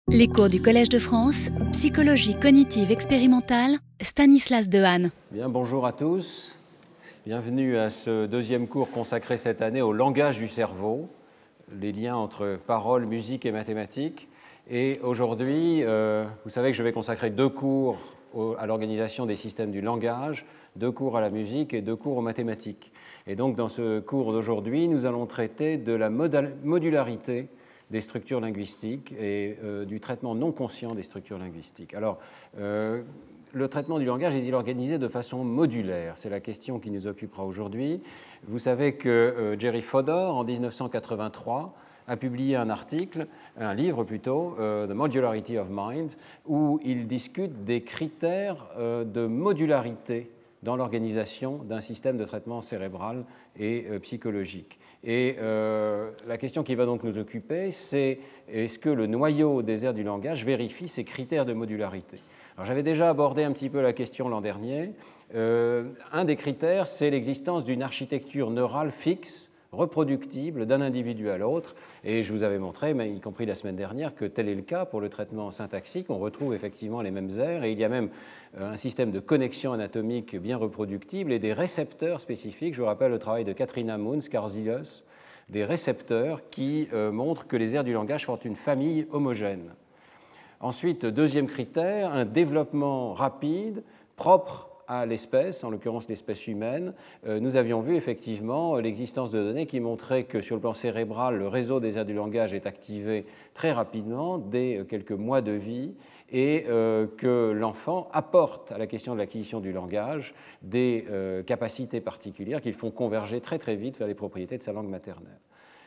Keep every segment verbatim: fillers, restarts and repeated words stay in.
Les cours du Collège de France, psychologie cognitive expérimentale, Stanislas Dehaene. Bien, bonjour à tous. Bienvenue à ce deuxième cours consacré cette année au langage du cerveau, les liens entre parole, musique et mathématiques. Et aujourd'hui, euh, vous savez que je vais consacrer deux cours au, à l'organisation des systèmes du langage, deux cours à la musique et deux cours aux mathématiques. Et donc, dans ce cours d'aujourd'hui, nous allons traiter de la modal- modularité des structures linguistiques et euh, du traitement non conscient des structures linguistiques. Alors, euh, le traitement du langage est-il organisé de façon modulaire? C'est la question qui nous occupera aujourd'hui. Vous savez que euh, Jerry Fodor, en dix-neuf cent quatre-vingt-trois, a publié un article, un livre plutôt, euh, The Modularity of Mind, où il discute des critères euh, de modularité dans l'organisation d'un système de traitement cérébral et euh, psychologique. Et euh, la question qui va donc nous occuper, c'est est-ce que le noyau des aires du langage vérifie ces critères de modularité? Alors, j'avais déjà abordé un petit peu la question l'an dernier. Euh, un des critères, c'est l'existence d'une architecture neurale fixe, reproductible d'un individu à l'autre, et je vous avais montré, mais y compris la semaine dernière, que tel est le cas pour le traitement syntaxique. On retrouve effectivement les mêmes aires, et il y a même un système de connexion anatomique bien reproductible et des récepteurs spécifiques. Je vous rappelle le travail de Katrina Moons-Karzilios, des récepteurs qui euh, montrent que les aires du langage forment une famille homogène. Ensuite, deuxième critère, un développement rapide, propre à l'espèce, en l'occurrence l'espèce humaine. Euh, nous avions vu effectivement l'existence de données qui montraient que sur le plan cérébral, le réseau des aires du langage est activé très rapidement, dès quelques mois de vie, et euh, que l'enfant apporte à la question de l'acquisition du langage des euh, capacités particulières qui le font converger très très vite vers les propriétés de sa langue maternelle.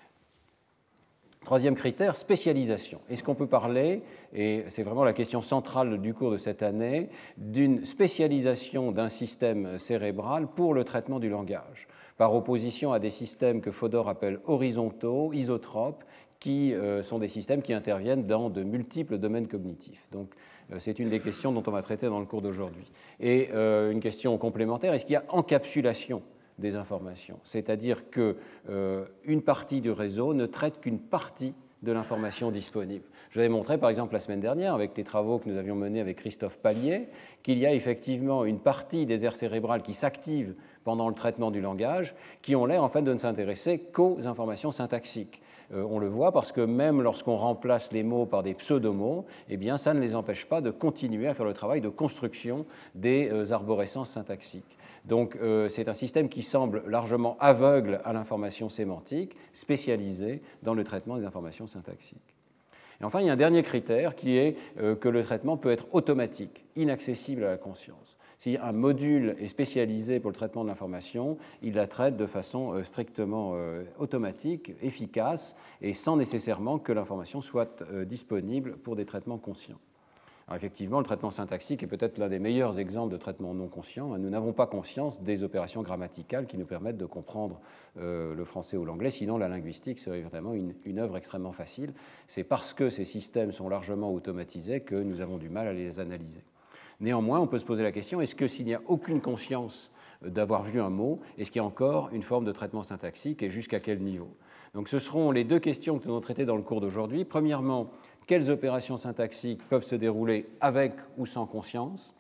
Troisième critère, spécialisation. Est-ce qu'on peut parler, et c'est vraiment la question centrale du cours de cette année, d'une spécialisation d'un système cérébral pour le traitement du langage, par opposition à des systèmes que Fodor appelle horizontaux, isotropes, qui euh, sont des systèmes qui interviennent dans de multiples domaines cognitifs. Donc, euh, c'est une des questions dont on va traiter dans le cours d'aujourd'hui. Et euh, une question complémentaire, est-ce qu'il y a encapsulation des informations, c'est-à-dire qu'une euh, partie du réseau ne traite qu'une partie de l'information disponible. Je vous avais montré, par exemple, la semaine dernière, avec les travaux que nous avions menés avec Christophe Pallier, qu'il y a effectivement une partie des aires cérébrales qui s'activent pendant le traitement du langage, qui ont l'air en fait de ne s'intéresser qu'aux informations syntaxiques. Euh, on le voit parce que même lorsqu'on remplace les mots par des pseudomots, eh bien, ça ne les empêche pas de continuer à faire le travail de construction des euh, arborescences syntaxiques. Donc, euh, c'est un système qui semble largement aveugle à l'information sémantique, spécialisé dans le traitement des informations syntaxiques. Et enfin, il y a un dernier critère qui est euh, que le traitement peut être automatique, inaccessible à la conscience. Si un module est spécialisé pour le traitement de l'information, il la traite de façon euh, strictement euh, automatique, efficace, et sans nécessairement que l'information soit euh, disponible pour des traitements conscients. Alors effectivement, le traitement syntaxique est peut-être l'un des meilleurs exemples de traitement non conscient. Nous n'avons pas conscience des opérations grammaticales qui nous permettent de comprendre euh, le français ou l'anglais, sinon la linguistique serait vraiment une, une œuvre extrêmement facile. C'est parce que ces systèmes sont largement automatisés que nous avons du mal à les analyser. Néanmoins, on peut se poser la question, est-ce que s'il n'y a aucune conscience d'avoir vu un mot, est-ce qu'il y a encore une forme de traitement syntaxique et jusqu'à quel niveau? Donc ce seront les deux questions que nous allons traiter dans le cours d'aujourd'hui. Premièrement, quelles opérations syntaxiques peuvent se dérouler avec ou sans conscience?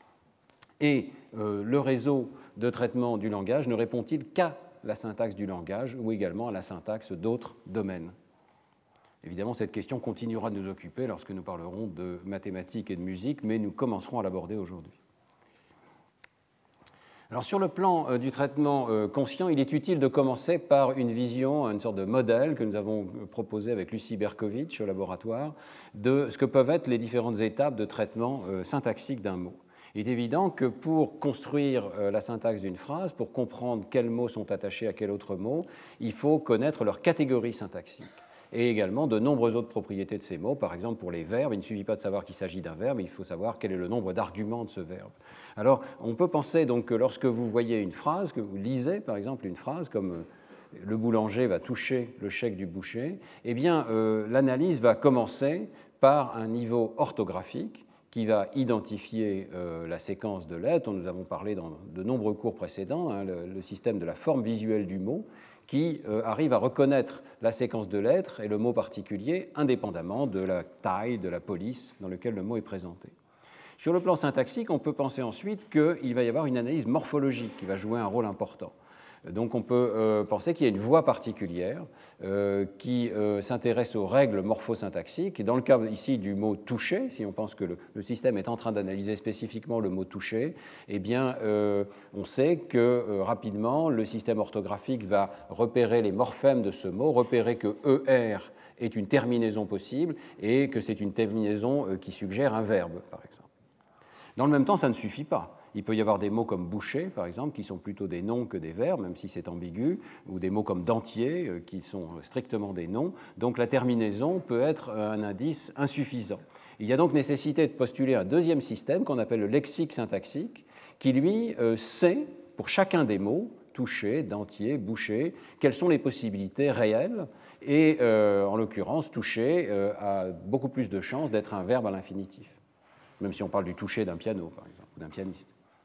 Et euh, le réseau de traitement du langage ne répond-il qu'à la syntaxe du langage ou également à la syntaxe d'autres domaines? Évidemment, cette question continuera de nous occuper lorsque nous parlerons de mathématiques et de musique, mais nous commencerons à l'aborder aujourd'hui. Alors, sur le plan euh, du traitement euh, conscient, il est utile de commencer par une vision, une sorte de modèle que nous avons proposé avec Lucie Berkovitch au laboratoire, de ce que peuvent être les différentes étapes de traitement euh, syntaxique d'un mot. Il est évident que pour construire euh, la syntaxe d'une phrase, pour comprendre quels mots sont attachés à quel autre mot, il faut connaître leur catégorie syntaxique et également de nombreuses autres propriétés de ces mots. Par exemple, pour les verbes, il ne suffit pas de savoir qu'il s'agit d'un verbe, il faut savoir quel est le nombre d'arguments de ce verbe. Alors, on peut penser donc que lorsque vous voyez une phrase, que vous lisez par exemple une phrase comme « le boulanger va toucher le chèque du boucher », eh bien, euh, l'analyse va commencer par un niveau orthographique qui va identifier euh, la séquence de lettres, dont nous avons parlé dans de nombreux cours précédents, hein, le, le système de la forme visuelle du mot, qui euh, arrive à reconnaître la séquence de lettres et le mot particulier indépendamment de la taille, de la police dans laquelle le mot est présenté. Sur le plan syntaxique, on peut penser ensuite qu'il va y avoir une analyse morphologique qui va jouer un rôle important. Donc on peut euh, penser qu'il y a une voie particulière euh, qui euh, s'intéresse aux règles morphosyntaxiques. Et dans le cas ici du mot toucher, si on pense que le, le système est en train d'analyser spécifiquement le mot toucher, eh bien euh, on sait que euh, rapidement le système orthographique va repérer les morphèmes de ce mot, repérer que E R est une terminaison possible et que c'est une terminaison euh, qui suggère un verbe, par exemple. Dans le même temps, ça ne suffit pas. Il peut y avoir des mots comme boucher, par exemple, qui sont plutôt des noms que des verbes, même si c'est ambigu, ou des mots comme dentier, qui sont strictement des noms. Donc la terminaison peut être un indice insuffisant. Il y a donc nécessité de postuler un deuxième système qu'on appelle le lexique syntaxique, qui lui sait, pour chacun des mots, toucher, dentier, boucher, quelles sont les possibilités réelles. Et euh, en l'occurrence, toucher euh, a beaucoup plus de chances d'être un verbe à l'infinitif, même si on parle du toucher d'un piano, par exemple, ou d'un pianiste.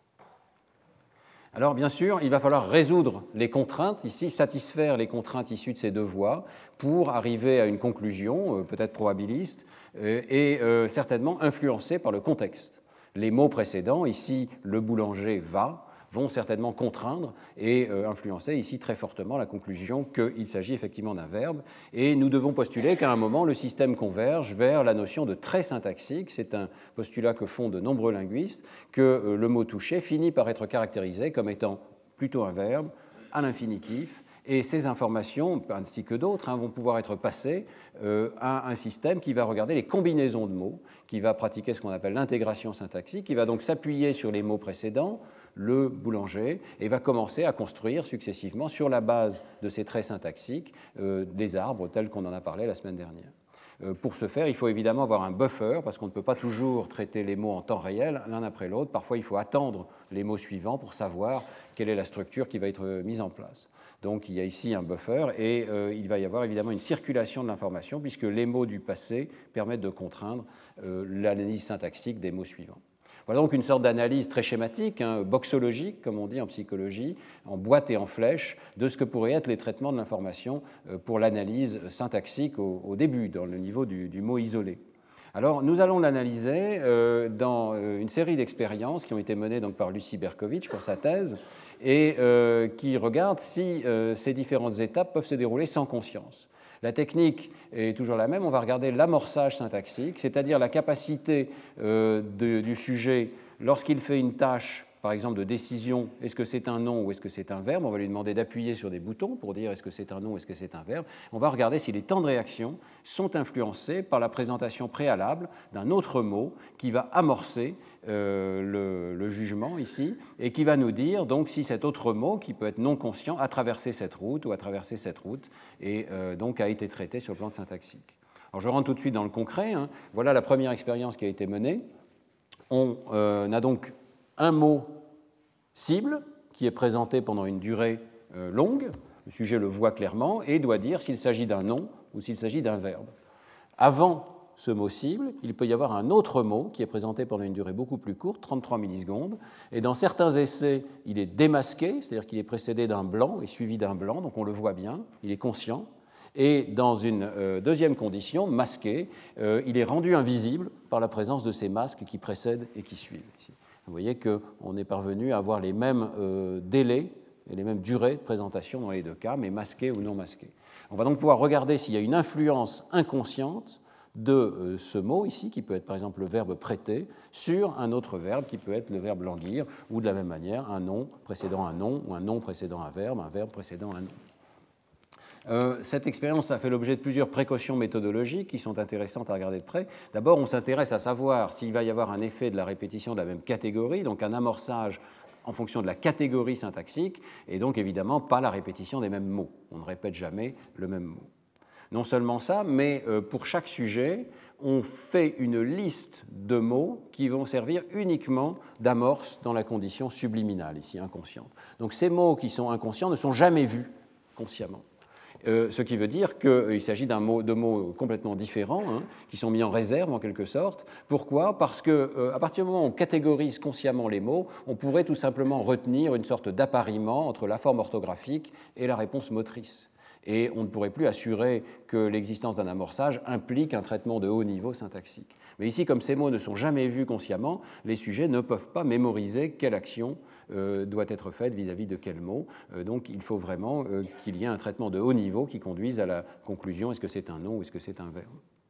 Alors, bien sûr, il va falloir résoudre les contraintes, ici, satisfaire les contraintes issues de ces deux voies pour arriver à une conclusion, peut-être probabiliste, et certainement influencée par le contexte. Les mots précédents, ici, le boulanger va, vont certainement contraindre et influencer ici très fortement la conclusion qu'il s'agit effectivement d'un verbe. Et nous devons postuler qu'à un moment, le système converge vers la notion de trait syntaxique. C'est un postulat que font de nombreux linguistes, que le mot toucher finit par être caractérisé comme étant plutôt un verbe à l'infinitif. Et ces informations, ainsi que d'autres, hein, vont pouvoir être passées euh, à un système qui va regarder les combinaisons de mots, qui va pratiquer ce qu'on appelle l'intégration syntaxique, qui va donc s'appuyer sur les mots précédents, le boulanger, et va commencer à construire successivement, sur la base de ces traits syntaxiques, euh, des arbres tels qu'on en a parlé la semaine dernière. Euh, pour ce faire, il faut évidemment avoir un buffer, parce qu'on ne peut pas toujours traiter les mots en temps réel, l'un après l'autre. Parfois, il faut attendre les mots suivants pour savoir quelle est la structure qui va être mise en place. Donc il y a ici un buffer et euh, il va y avoir évidemment une circulation de l'information puisque les mots du passé permettent de contraindre euh, l'analyse syntaxique des mots suivants. Voilà donc une sorte d'analyse très schématique, hein, boxologique, comme on dit en psychologie, en boîte et en flèche, de ce que pourraient être les traitements de l'information euh, pour l'analyse syntaxique au, au début, dans le niveau du, du mot isolé. Alors, nous allons l'analyser euh, dans euh, une série d'expériences qui ont été menées donc, par Lucie Berkovitch pour sa thèse et euh, qui regardent si euh, ces différentes étapes peuvent se dérouler sans conscience. La technique est toujours la même, on va regarder l'amorçage syntaxique, c'est-à-dire la capacité euh, de, du sujet, lorsqu'il fait une tâche, par exemple de décision, est-ce que c'est un nom ou est-ce que c'est un verbe, on va lui demander d'appuyer sur des boutons pour dire est-ce que c'est un nom ou est-ce que c'est un verbe. On va regarder si les temps de réaction sont influencés par la présentation préalable d'un autre mot qui va amorcer euh, le, le jugement ici et qui va nous dire donc si cet autre mot, qui peut être non conscient, a traversé cette route ou a traversé cette route et euh, donc a été traité sur le plan syntaxique. Alors je rentre tout de suite dans le concret. Hein. Voilà la première expérience qui a été menée. On euh, a donc un mot cible qui est présenté pendant une durée euh, longue, le sujet le voit clairement et doit dire s'il s'agit d'un nom ou s'il s'agit d'un verbe. Avant ce mot cible, il peut y avoir un autre mot qui est présenté pendant une durée beaucoup plus courte, trente-trois millisecondes, et dans certains essais, il est démasqué, c'est-à-dire qu'il est précédé d'un blanc et suivi d'un blanc, donc on le voit bien, il est conscient. Et dans une euh, deuxième condition, masqué, euh, il est rendu invisible par la présence de ces masques qui précèdent et qui suivent. Ici. Vous voyez qu'on est parvenu à avoir les mêmes euh, délais et les mêmes durées de présentation dans les deux cas, mais masqués ou non masqués. On va donc pouvoir regarder s'il y a une influence inconsciente de euh, ce mot ici, qui peut être par exemple le verbe prêter, sur un autre verbe qui peut être le verbe languir, ou de la même manière un nom précédant un nom, ou un nom précédant un verbe, un verbe précédant un nom. Euh, cette expérience a fait l'objet de plusieurs précautions méthodologiques qui sont intéressantes à regarder de près. D'abord, on s'intéresse à savoir s'il va y avoir un effet de la répétition de la même catégorie, donc un amorçage en fonction de la catégorie syntaxique, et donc évidemment pas la répétition des mêmes mots. On ne répète jamais le même mot. Non seulement ça, mais euh, pour chaque sujet, on fait une liste de mots qui vont servir uniquement d'amorce dans la condition subliminale, ici inconsciente. Donc ces mots qui sont inconscients ne sont jamais vus consciemment. Euh, ce qui veut dire qu'il euh, s'agit d'un mot, de mots complètement différents, hein, qui sont mis en réserve en quelque sorte. Pourquoi? Parce qu'à euh, partir du moment où on catégorise consciemment les mots, on pourrait tout simplement retenir une sorte d'appariement entre la forme orthographique et la réponse motrice. Et on ne pourrait plus assurer que l'existence d'un amorçage implique un traitement de haut niveau syntaxique. Mais ici, comme ces mots ne sont jamais vus consciemment, les sujets ne peuvent pas mémoriser quelle action euh, doit être faite vis-à-vis de quel mot. Euh, donc il faut vraiment euh, qu'il y ait un traitement de haut niveau qui conduise à la conclusion est-ce que c'est un nom ou est-ce que c'est un verbe.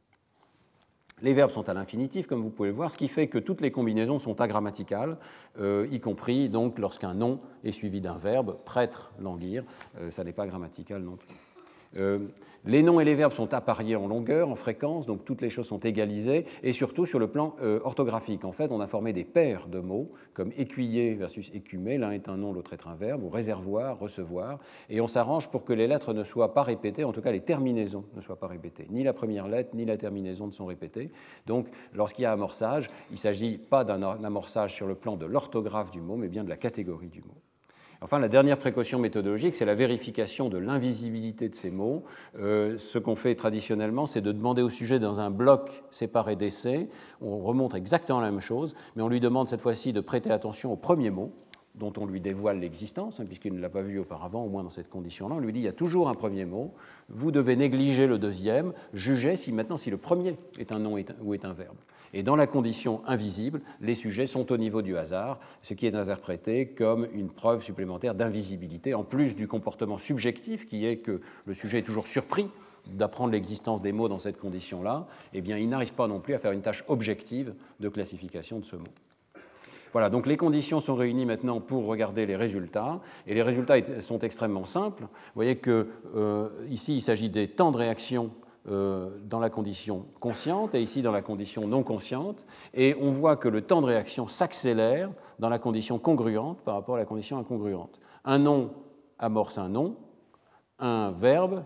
Les verbes sont à l'infinitif, comme vous pouvez le voir, ce qui fait que toutes les combinaisons sont agrammaticales, euh, y compris donc lorsqu'un nom est suivi d'un verbe, prêtre, languir, euh, ça n'est pas grammatical non plus. Euh, les noms et les verbes sont appariés en longueur, en fréquence, donc toutes les choses sont égalisées, et surtout sur le plan euh, orthographique. En fait, on a formé des paires de mots, comme écuyer versus écumer, l'un est un nom, l'autre est un verbe, ou réservoir, recevoir, et on s'arrange pour que les lettres ne soient pas répétées, en tout cas les terminaisons ne soient pas répétées. Ni la première lettre, ni la terminaison ne sont répétées. Donc, lorsqu'il y a amorçage, il ne s'agit pas d'un amorçage sur le plan de l'orthographe du mot, mais bien de la catégorie du mot. Enfin, la dernière précaution méthodologique, c'est la vérification de l'invisibilité de ces mots. Euh, ce qu'on fait traditionnellement, c'est de demander au sujet dans un bloc séparé d'essais, on remonte exactement la même chose, mais on lui demande cette fois-ci de prêter attention au premier mot, dont on lui dévoile l'existence, hein, puisqu'il ne l'a pas vu auparavant, au moins dans cette condition-là. On lui dit il y a toujours un premier mot, vous devez négliger le deuxième, jugez si maintenant si le premier est un nom ou est un verbe. Et dans la condition invisible, les sujets sont au niveau du hasard, ce qui est interprété comme une preuve supplémentaire d'invisibilité, en plus du comportement subjectif qui est que le sujet est toujours surpris d'apprendre l'existence des mots dans cette condition-là, eh bien, il n'arrive pas non plus à faire une tâche objective de classification de ce mot. Voilà, donc les conditions sont réunies maintenant pour regarder les résultats, et les résultats sont extrêmement simples. Vous voyez que euh, ici, il s'agit des temps de réaction euh, dans la condition consciente, et ici dans la condition non consciente, et on voit que le temps de réaction s'accélère dans la condition congruente par rapport à la condition incongruente. Un nom amorce un nom, un verbe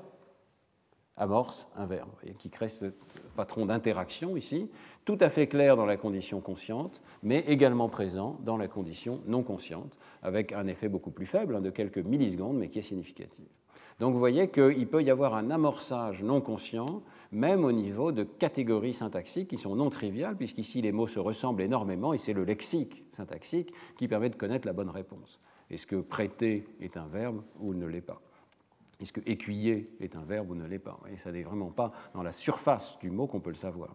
amorce un verbe, et qui crée ce patron d'interaction ici, tout à fait clair dans la condition consciente, mais également présent dans la condition non consciente, avec un effet beaucoup plus faible, hein, de quelques millisecondes, mais qui est significatif. Donc vous voyez qu'il peut y avoir un amorçage non conscient, même au niveau de catégories syntaxiques qui sont non triviales, puisqu'ici les mots se ressemblent énormément, et c'est le lexique syntaxique qui permet de connaître la bonne réponse. Est-ce que prêter est un verbe ou ne l'est pas ? Est-ce que écuyer est un verbe ou ne l'est pas? Et ça n'est vraiment pas dans la surface du mot qu'on peut le savoir.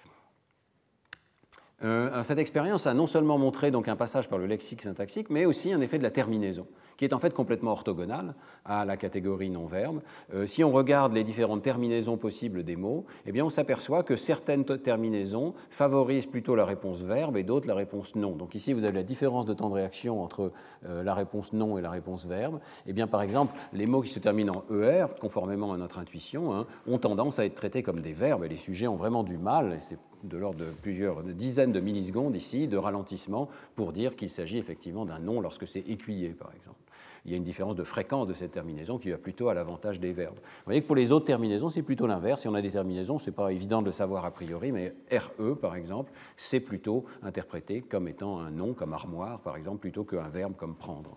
Euh, cette expérience a non seulement montré donc un passage par le lexique syntaxique, mais aussi un effet de la terminaison, qui est en fait complètement orthogonale à la catégorie non-verbe. Euh, si on regarde les différentes terminaisons possibles des mots, eh bien on s'aperçoit que certaines terminaisons favorisent plutôt la réponse verbe et d'autres la réponse non. Donc ici, vous avez la différence de temps de réaction entre euh, la réponse non et la réponse verbe. Eh bien, par exemple, les mots qui se terminent en E R, conformément à notre intuition, hein, ont tendance à être traités comme des verbes, et les sujets ont vraiment du mal, et c'est de l'ordre de plusieurs de dizaines de millisecondes ici, de ralentissement, pour dire qu'il s'agit effectivement d'un nom lorsque c'est écuyer, par exemple. Il y a une différence de fréquence de cette terminaison qui va plutôt à l'avantage des verbes. Vous voyez que pour les autres terminaisons, c'est plutôt l'inverse. Si on a des terminaisons, ce n'est pas évident de le savoir a priori, mais R E, par exemple, c'est plutôt interprété comme étant un nom, comme armoire, par exemple, plutôt qu'un verbe comme prendre.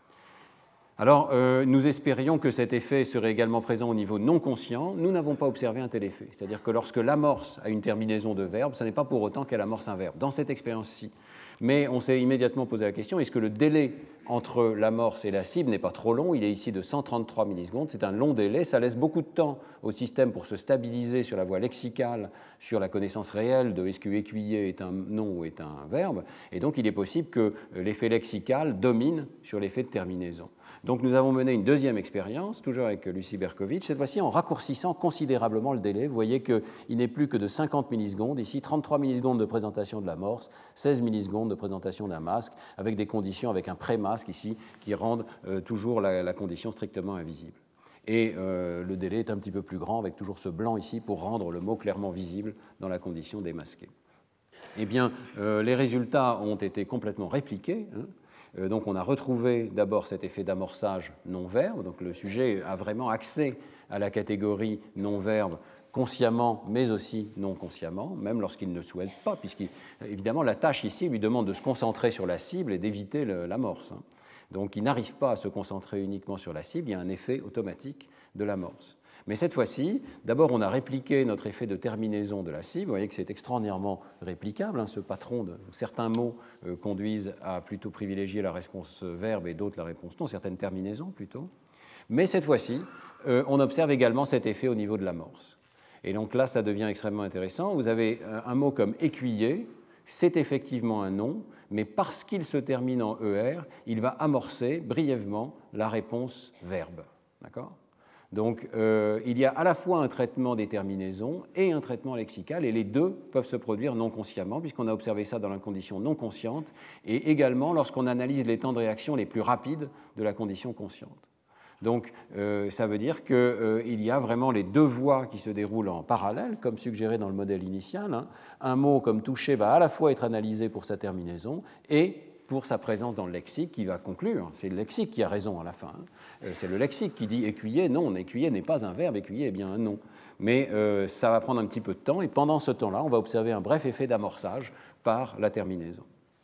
Alors, euh, nous espérions que cet effet serait également présent au niveau non conscient. Nous n'avons pas observé un tel effet. C'est-à-dire que lorsque l'amorce a une terminaison de verbe, ce n'est pas pour autant qu'elle amorce un verbe. Dans cette expérience-ci. Mais on s'est immédiatement posé la question, est-ce que le délai entre l'amorce et la cible n'est pas trop long? Il est ici de cent trente-trois millisecondes. C'est un long délai. Ça laisse beaucoup de temps au système pour se stabiliser sur la voie lexicale, sur la connaissance réelle de est-ce que écuyer est un nom ou est un verbe. Et donc, il est possible que l'effet lexical domine sur l'effet de terminaison. Donc nous avons mené une deuxième expérience, toujours avec Lucie Berkovitch, cette fois-ci en raccourcissant considérablement le délai. Vous voyez qu'il n'est plus que de cinquante millisecondes, ici trente-trois millisecondes de présentation de l'amorce, seize millisecondes de présentation d'un masque, avec des conditions, avec un pré-masque ici, qui rendent euh, toujours la, la condition strictement invisible. Et euh, le délai est un petit peu plus grand, avec toujours ce blanc ici, pour rendre le mot clairement visible dans la condition démasquée. Eh bien, euh, les résultats ont été complètement répliqués, hein. Donc on a retrouvé d'abord cet effet d'amorçage non-verbe, donc le sujet a vraiment accès à la catégorie non-verbe consciemment, mais aussi non consciemment, même lorsqu'il ne souhaite pas, puisqu'évidemment la tâche ici lui demande de se concentrer sur la cible et d'éviter l'amorce. Donc il n'arrive pas à se concentrer uniquement sur la cible, il y a un effet automatique de l'amorce. Mais cette fois-ci, d'abord on a répliqué notre effet de terminaison de la cible. Vous voyez que c'est extraordinairement réplicable, hein, ce patron de certains mots euh, conduisent à plutôt privilégier la réponse verbe et d'autres la réponse non, certaines terminaisons plutôt. Mais cette fois-ci, euh, on observe également cet effet au niveau de l'amorce. Et donc là, ça devient extrêmement intéressant. Vous avez un mot comme écuyer, c'est effectivement un nom, mais parce qu'il se termine en E R, il va amorcer brièvement la réponse verbe. D'accord ? Donc, euh, il y a à la fois un traitement des terminaisons et un traitement lexical, et les deux peuvent se produire non consciemment, puisqu'on a observé ça dans la condition non consciente, et également lorsqu'on analyse les temps de réaction les plus rapides de la condition consciente. Donc, euh, ça veut dire qu'il euh, y a vraiment les deux voies qui se déroulent en parallèle, comme suggéré dans le modèle initial. Hein. Un mot comme toucher va à la fois être analysé pour sa terminaison et pour sa présence dans le lexique qui va conclure. C'est le lexique qui a raison à la fin. Hein. C'est le lexique qui dit écuyer. Non, écuyer n'est pas un verbe, écuyer est bien un nom. Mais euh, ça va prendre un petit peu de temps, et pendant ce temps-là, on va observer un bref effet d'amorçage par la terminaison.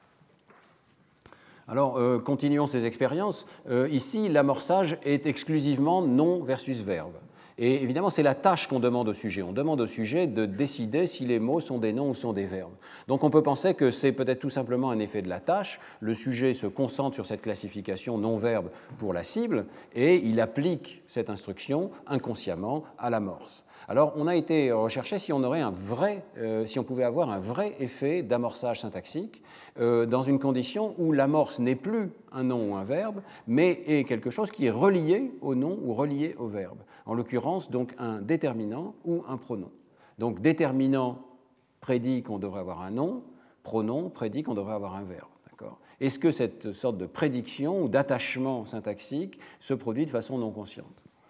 Alors, euh, continuons ces expériences. Euh, ici, l'amorçage est exclusivement nom versus verbe. Et évidemment, c'est la tâche qu'on demande au sujet. On demande au sujet de décider si les mots sont des noms ou sont des verbes. Donc on peut penser que c'est peut-être tout simplement un effet de la tâche. Le sujet se concentre sur cette classification non-verbe pour la cible et il applique cette instruction inconsciemment à l'amorce. Alors on a été recherché si on aurait un vrai, euh, si on pouvait avoir un vrai effet d'amorçage syntaxique euh, dans une condition où l'amorce n'est plus un nom ou un verbe, mais est quelque chose qui est relié au nom ou relié au verbe. En l'occurrence, donc un déterminant ou un pronom. Donc déterminant prédit qu'on devrait avoir un nom, pronom prédit qu'on devrait avoir un verbe. D'accord ? Est-ce que cette sorte de prédiction ou d'attachement syntaxique se produit de façon non consciente ?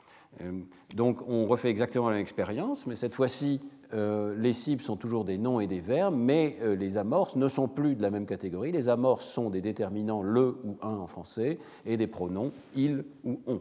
Donc on refait exactement la même expérience, mais cette fois-ci, euh, les cibles sont toujours des noms et des verbes, mais euh, les amorces ne sont plus de la même catégorie. Les amorces sont des déterminants le ou un en français et des pronoms il ou on.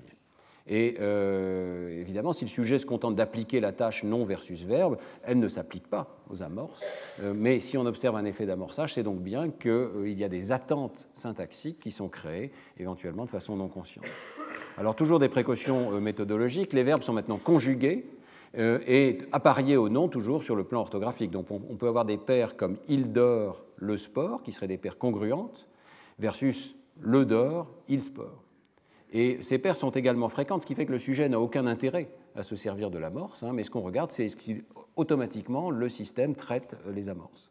Et euh, évidemment, si le sujet se contente d'appliquer la tâche nom versus verbe, elle ne s'applique pas aux amorces. Euh, mais si on observe un effet d'amorçage, c'est donc bien qu'il euh, y a des attentes syntaxiques qui sont créées, éventuellement de façon non consciente. Alors, toujours des précautions euh, méthodologiques. Les verbes sont maintenant conjugués euh, et appariés au nom, toujours sur le plan orthographique. Donc, on, on peut avoir des paires comme il dort, le sport, qui seraient des paires congruentes, versus le dort, il sport. Et ces paires sont également fréquentes, ce qui fait que le sujet n'a aucun intérêt à se servir de l'amorce, hein, mais ce qu'on regarde, c'est ce qu'automatiquement le système traite les amorces.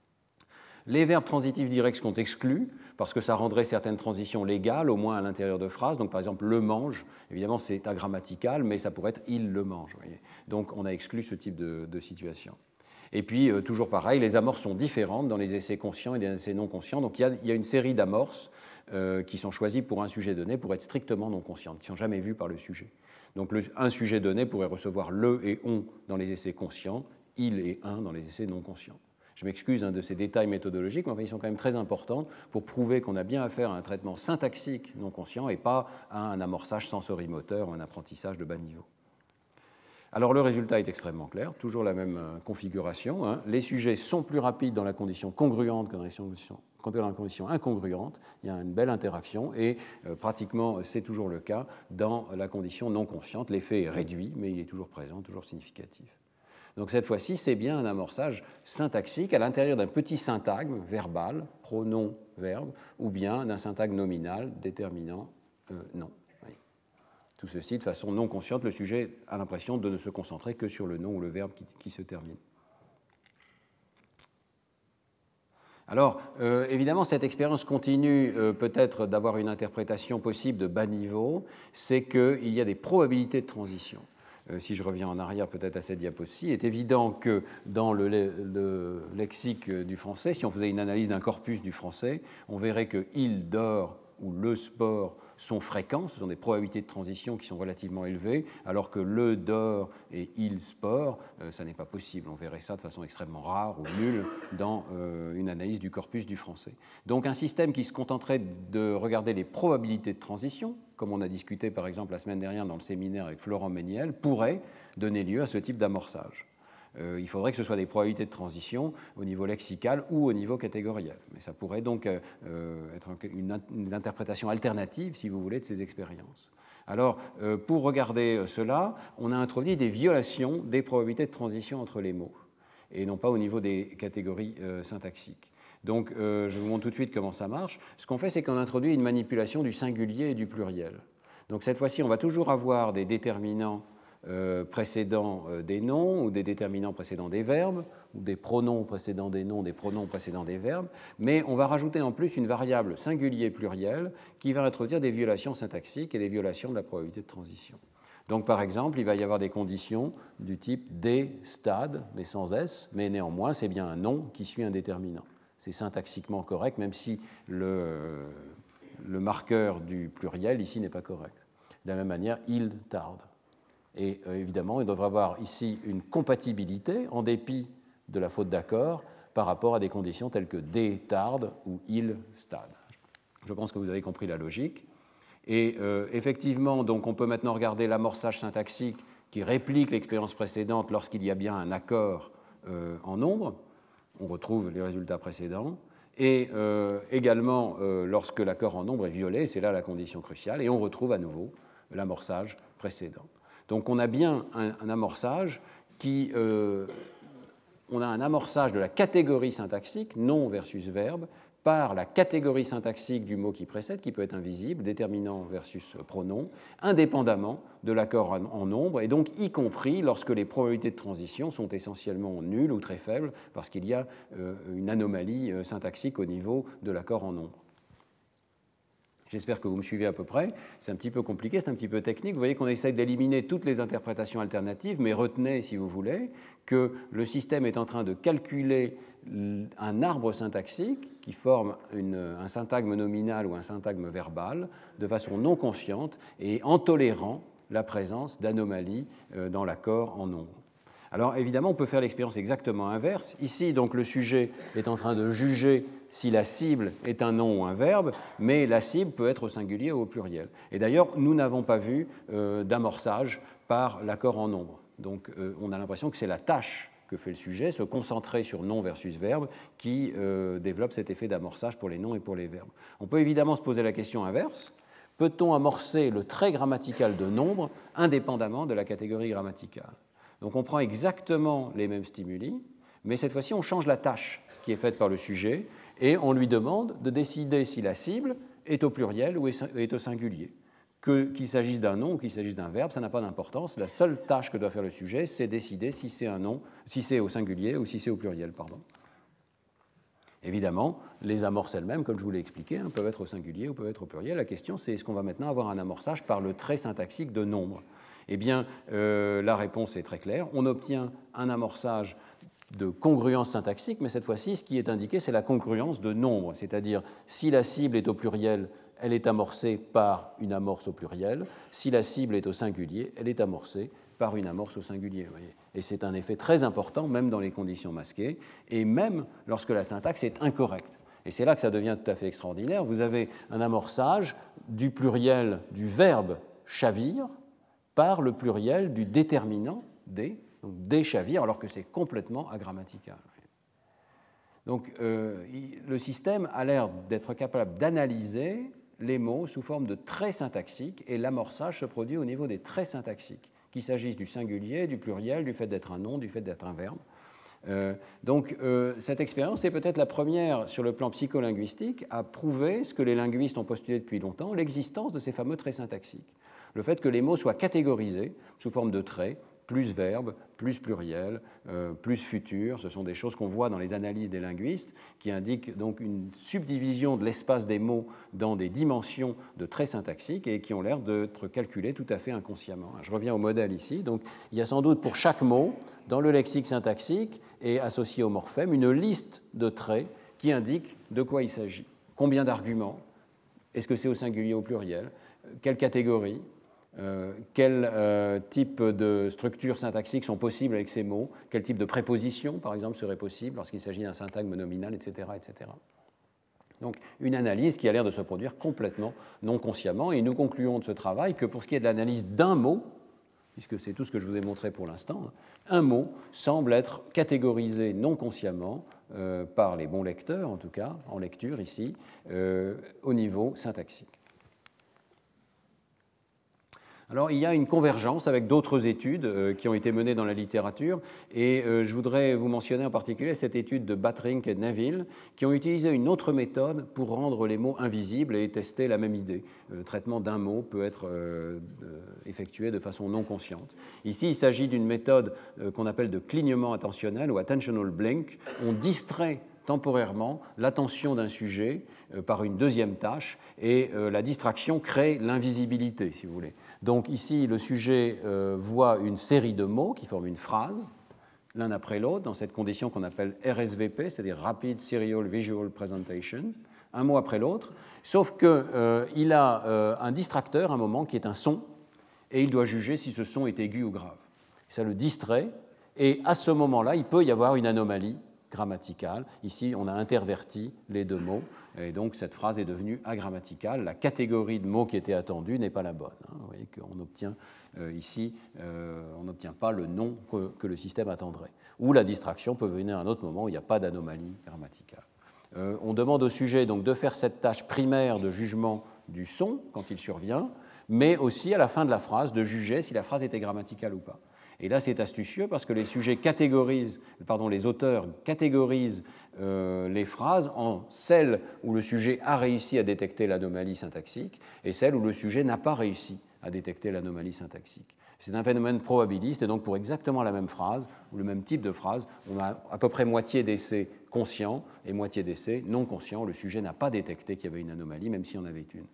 Les verbes transitifs directs sont exclus, parce que ça rendrait certaines transitions légales, au moins à l'intérieur de phrases. Donc par exemple, le mange, évidemment c'est agrammatical, mais ça pourrait être il le mange. Vous voyez. Donc on a exclu ce type de, de situation. Et puis, euh, toujours pareil, les amorces sont différentes dans les essais conscients et les essais non conscients. Donc il y a, il y a une série d'amorces Euh, qui sont choisis pour un sujet donné pour être strictement non conscientes, qui ne sont jamais vues par le sujet. Donc le, un sujet donné pourrait recevoir le et on dans les essais conscients, il et un dans les essais non conscients. Je m'excuse hein, de ces détails méthodologiques, mais enfin, ils sont quand même très importants pour prouver qu'on a bien affaire à un traitement syntaxique non conscient et pas à un amorçage sensorimoteur ou un apprentissage de bas niveau. Alors le résultat est extrêmement clair, toujours la même euh, configuration. Hein. Les sujets sont plus rapides dans la condition congruente que dans les conditions Quand on est dans la condition incongruente, il y a une belle interaction et euh, pratiquement c'est toujours le cas dans la condition non consciente. L'effet est réduit, mais il est toujours présent, toujours significatif. Donc cette fois-ci, c'est bien un amorçage syntaxique à l'intérieur d'un petit syntagme verbal, pronom, verbe, ou bien d'un syntagme nominal, déterminant, euh, non. Oui. Tout ceci de façon non consciente, le sujet a l'impression de ne se concentrer que sur le nom ou le verbe qui, qui se termine. Alors, euh, évidemment, cette expérience continue euh, peut-être d'avoir une interprétation possible de bas niveau, c'est qu'il y a des probabilités de transition. Euh, si je reviens en arrière peut-être à cette diapo-ci, il est évident que dans le, le lexique du français, si on faisait une analyse d'un corpus du français, on verrait que « il dort » ou « le sport » sont fréquents, ce sont des probabilités de transition qui sont relativement élevées, alors que le dort et il sport, euh, ça n'est pas possible. On verrait ça de façon extrêmement rare ou nulle dans euh, une analyse du corpus du français. Donc un système qui se contenterait de regarder les probabilités de transition, comme on a discuté par exemple la semaine dernière dans le séminaire avec Florent Méniel, pourrait donner lieu à ce type d'amorçage. Euh, il faudrait que ce soit des probabilités de transition au niveau lexical ou au niveau catégoriel. Mais ça pourrait donc euh, être une, une interprétation alternative, si vous voulez, de ces expériences. Alors, euh, pour regarder cela, on a introduit des violations des probabilités de transition entre les mots, et non pas au niveau des catégories euh, syntaxiques. Donc, euh, je vous montre tout de suite comment ça marche. Ce qu'on fait, c'est qu'on introduit une manipulation du singulier et du pluriel. Donc, cette fois-ci, on va toujours avoir des déterminants euh, précédents euh, des noms, ou des déterminants précédents des verbes, ou des pronoms précédents des noms, des pronoms précédents des verbes, mais on va rajouter en plus une variable singulier-pluriel qui va introduire des violations syntaxiques et des violations de la probabilité de transition. Donc, par exemple, il va y avoir des conditions du type des stades, mais sans S, mais néanmoins, c'est bien un nom qui suit un déterminant. C'est syntaxiquement correct, même si le, le marqueur du pluriel ici n'est pas correct. De la même manière, il tarde. Et euh, évidemment, il devrait avoir ici une compatibilité, en dépit de la faute d'accord, par rapport à des conditions telles que des tarde ou il stade. Je pense que vous avez compris la logique. Et euh, effectivement, donc, on peut maintenant regarder l'amorçage syntaxique qui réplique l'expérience précédente lorsqu'il y a bien un accord euh, en nombre. On retrouve les résultats précédents. Et euh, également, euh, lorsque l'accord en nombre est violé, c'est là la condition cruciale, et on retrouve à nouveau l'amorçage précédent. Donc on a bien un, un amorçage qui... Euh, on a un amorçage de la catégorie syntaxique, nom versus verbe, par la catégorie syntaxique du mot qui précède, qui peut être invisible, déterminant versus pronom, indépendamment de l'accord en nombre, et donc y compris lorsque les probabilités de transition sont essentiellement nulles ou très faibles, parce qu'il y a euh, une anomalie euh, syntaxique au niveau de l'accord en nombre. J'espère que vous me suivez à peu près. C'est un petit peu compliqué, c'est un petit peu technique. Vous voyez qu'on essaie d'éliminer toutes les interprétations alternatives, mais retenez, si vous voulez, que le système est en train de calculer un arbre syntaxique qui forme une, un syntagme nominal ou un syntagme verbal de façon non consciente et en tolérant la présence d'anomalies dans l'accord en nombre. Alors évidemment, on peut faire l'expérience exactement inverse. Ici, donc, le sujet est en train de juger si la cible est un nom ou un verbe, mais la cible peut être au singulier ou au pluriel. Et d'ailleurs, nous n'avons pas vu euh, d'amorçage par l'accord en nombre. Donc euh, on a l'impression que c'est la tâche que fait le sujet, se concentrer sur nom versus verbe, qui euh, développe cet effet d'amorçage pour les noms et pour les verbes. On peut évidemment se poser la question inverse. Peut-on amorcer le trait grammatical de nombre indépendamment de la catégorie grammaticale ? Donc on prend exactement les mêmes stimuli, mais cette fois-ci on change la tâche qui est faite par le sujet et on lui demande de décider si la cible est au pluriel ou est au singulier. Que, qu'il s'agisse d'un nom ou qu'il s'agisse d'un verbe, ça n'a pas d'importance. La seule tâche que doit faire le sujet, c'est décider si c'est un nom, si c'est au singulier ou si c'est au pluriel. Pardon. Évidemment, les amorces elles-mêmes, comme je vous l'ai expliqué, hein, peuvent être au singulier ou peuvent être au pluriel. La question, c'est est-ce qu'on va maintenant avoir un amorçage par le trait syntaxique de nombre ? Eh bien, euh, la réponse est très claire. On obtient un amorçage de congruence syntaxique, mais cette fois-ci, ce qui est indiqué, c'est la congruence de nombre, c'est-à-dire si la cible est au pluriel, elle est amorcée par une amorce au pluriel. Si la cible est au singulier, elle est amorcée par une amorce au singulier. Vous voyez. Et c'est un effet très important, même dans les conditions masquées, et même lorsque la syntaxe est incorrecte. Et c'est là que ça devient tout à fait extraordinaire. Vous avez un amorçage du pluriel du verbe chavire par le pluriel du déterminant des, donc des chavires, alors que c'est complètement agrammatical. Donc euh, le système a l'air d'être capable d'analyser les mots sous forme de traits syntaxiques, et l'amorçage se produit au niveau des traits syntaxiques, qu'il s'agisse du singulier, du pluriel, du fait d'être un nom, du fait d'être un verbe. Euh, donc euh, cette expérience est peut-être la première sur le plan psycholinguistique à prouver ce que les linguistes ont postulé depuis longtemps, l'existence de ces fameux traits syntaxiques. Le fait que les mots soient catégorisés sous forme de traits, plus verbe, plus pluriel, euh, plus futur, ce sont des choses qu'on voit dans les analyses des linguistes qui indiquent donc une subdivision de l'espace des mots dans des dimensions de traits syntaxiques et qui ont l'air d'être calculées tout à fait inconsciemment. Je reviens au modèle ici. Donc, il y a sans doute pour chaque mot, dans le lexique syntaxique et associé au morphème, une liste de traits qui indiquent de quoi il s'agit. Combien d'arguments ? Est-ce que c'est au singulier ou au pluriel ? Quelle catégorie ? Euh, quel euh, type de structures syntaxiques sont possibles avec ces mots, quel type de préposition, par exemple, serait possible lorsqu'il s'agit d'un syntagme nominal, et cetera, et cetera. Donc, une analyse qui a l'air de se produire complètement non consciemment, et nous concluons de ce travail que pour ce qui est de l'analyse d'un mot, puisque c'est tout ce que je vous ai montré pour l'instant, un mot semble être catégorisé non consciemment euh, par les bons lecteurs, en tout cas, en lecture ici, euh, au niveau syntaxique. Alors, il y a une convergence avec d'autres études euh, qui ont été menées dans la littérature, et euh, je voudrais vous mentionner en particulier cette étude de Batrink et Neville, qui ont utilisé une autre méthode pour rendre les mots invisibles et tester la même idée. Le traitement d'un mot peut être euh, effectué de façon non consciente. Ici, il s'agit d'une méthode euh, qu'on appelle de clignement attentionnel ou attentional blink. On distrait temporairement l'attention d'un sujet euh, par une deuxième tâche, et euh, la distraction crée l'invisibilité, si vous voulez. Donc ici, le sujet euh, voit une série de mots qui forment une phrase, l'un après l'autre, dans cette condition qu'on appelle R S V P, c'est-à-dire Rapid Serial Visual Presentation, un mot après l'autre, sauf qu'il euh, a euh, un distracteur, un moment, qui est un son, et il doit juger si ce son est aigu ou grave. Ça le distrait, et à ce moment-là, il peut y avoir une anomalie grammaticale. Ici, on a interverti les deux mots, et donc cette phrase est devenue agrammaticale. La catégorie de mots qui était attendue n'est pas la bonne. Hein. Vous voyez qu'on obtient euh, ici, euh, on n'obtient pas le nom que, que le système attendrait. Ou la distraction peut venir à un autre moment où il n'y a pas d'anomalie grammaticale. Euh, on demande au sujet donc de faire cette tâche primaire de jugement du son quand il survient, mais aussi à la fin de la phrase de juger si la phrase était grammaticale ou pas. Et là, c'est astucieux parce que les sujets catégorisent, pardon, les auteurs catégorisent euh, les phrases en celles où le sujet a réussi à détecter l'anomalie syntaxique et celles où le sujet n'a pas réussi à détecter l'anomalie syntaxique. C'est un phénomène probabiliste, et donc pour exactement la même phrase ou le même type de phrase, on a à peu près moitié d'essais conscients et moitié d'essais non conscients. Le sujet n'a pas détecté qu'il y avait une anomalie, même s'il y en avait une.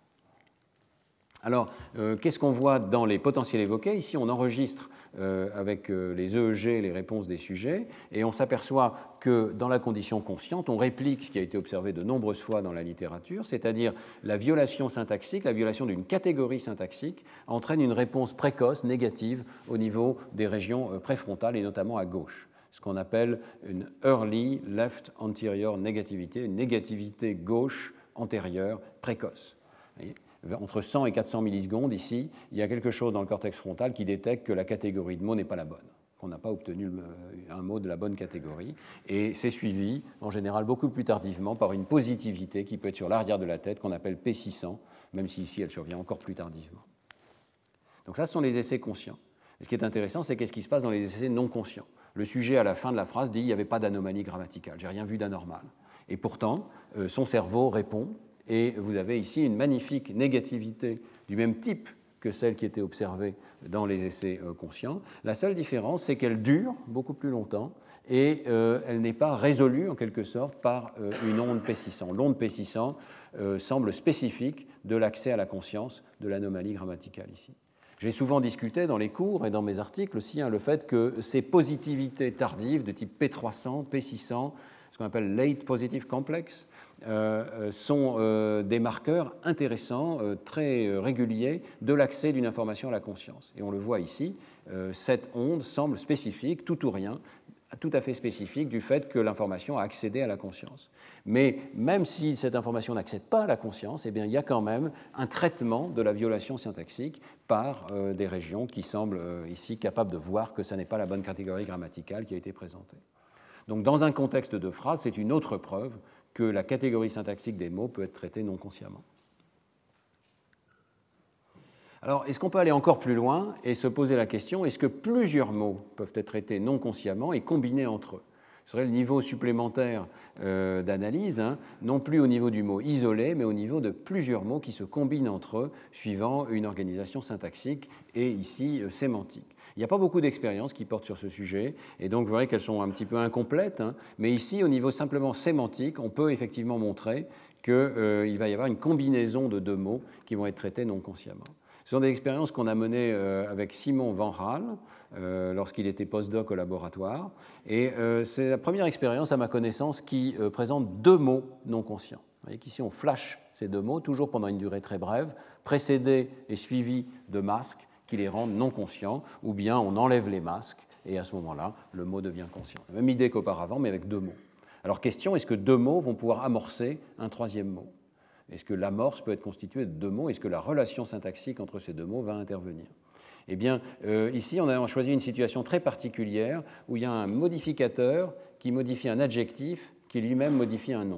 Alors, euh, qu'est-ce qu'on voit dans les potentiels évoqués? Ici, on enregistre euh, avec euh, les E E G les réponses des sujets, et on s'aperçoit que dans la condition consciente, on réplique ce qui a été observé de nombreuses fois dans la littérature, c'est-à-dire la violation syntaxique, la violation d'une catégorie syntaxique entraîne une réponse précoce, négative, au niveau des régions préfrontales et notamment à gauche, ce qu'on appelle une early left anterior negativity, une négativité gauche antérieure précoce. Vous voyez ? Entre cent et quatre cents millisecondes, ici, il y a quelque chose dans le cortex frontal qui détecte que la catégorie de mots n'est pas la bonne, qu'on n'a pas obtenu un mot de la bonne catégorie. Et c'est suivi, en général, beaucoup plus tardivement par une positivité qui peut être sur l'arrière de la tête, qu'on appelle P six cents, même si ici elle survient encore plus tardivement. Donc ça, ce sont les essais conscients. Et ce qui est intéressant, c'est qu'est-ce qui se passe dans les essais non conscients. Le sujet, à la fin de la phrase, dit « il n'y avait pas d'anomalie grammaticale, j'ai rien vu d'anormal ». Et pourtant, euh, son cerveau répond. Et vous avez ici une magnifique négativité du même type que celle qui était observée dans les essais conscients. La seule différence, c'est qu'elle dure beaucoup plus longtemps et euh, elle n'est pas résolue en quelque sorte par euh, une onde P six cents. L'onde P six cents euh, semble spécifique de l'accès à la conscience de l'anomalie grammaticale ici. J'ai souvent discuté dans les cours et dans mes articles aussi hein, le fait que ces positivités tardives de type P trois cents, P six cents, ce qu'on appelle late positive complex, Euh, sont euh, des marqueurs intéressants, euh, très euh, réguliers de l'accès d'une information à la conscience. Et on le voit ici, euh, cette onde semble spécifique, tout ou rien, tout à fait spécifique du fait que l'information a accédé à la conscience. Mais même si cette information n'accède pas à la conscience, eh bien, il y a quand même un traitement de la violation syntaxique par euh, des régions qui semblent euh, ici capables de voir que ce n'est pas la bonne catégorie grammaticale qui a été présentée. Donc dans un contexte de phrase, c'est une autre preuve que la catégorie syntaxique des mots peut être traitée non consciemment. Alors, est-ce qu'on peut aller encore plus loin et se poser la question, est-ce que plusieurs mots peuvent être traités non consciemment et combinés entre eux? Ce serait le niveau supplémentaire euh, d'analyse, hein, non plus au niveau du mot isolé, mais au niveau de plusieurs mots qui se combinent entre eux, suivant une organisation syntaxique et ici euh, sémantique. Il n'y a pas beaucoup d'expériences qui portent sur ce sujet, et donc vous verrez qu'elles sont un petit peu incomplètes, hein, mais ici, au niveau simplement sémantique, on peut effectivement montrer qu'il euh, va y avoir une combinaison de deux mots qui vont être traités non consciemment. Ce sont des expériences qu'on a menées euh, avec Simon Van Raal euh, lorsqu'il était postdoc au laboratoire, et euh, c'est la première expérience, à ma connaissance, qui euh, présente deux mots non conscients. Vous voyez qu'ici, on flash ces deux mots, toujours pendant une durée très brève, précédés et suivis de masques, qui les rendent non conscients, ou bien on enlève les masques, et à ce moment-là, le mot devient conscient. La même idée qu'auparavant, mais avec deux mots. Alors, question, est-ce que deux mots vont pouvoir amorcer un troisième mot? Est-ce que l'amorce peut être constituée de deux mots? Est-ce que la relation syntaxique entre ces deux mots va intervenir? Eh bien, euh, ici, on a choisi une situation très particulière où il y a un modificateur qui modifie un adjectif qui lui-même modifie un nom.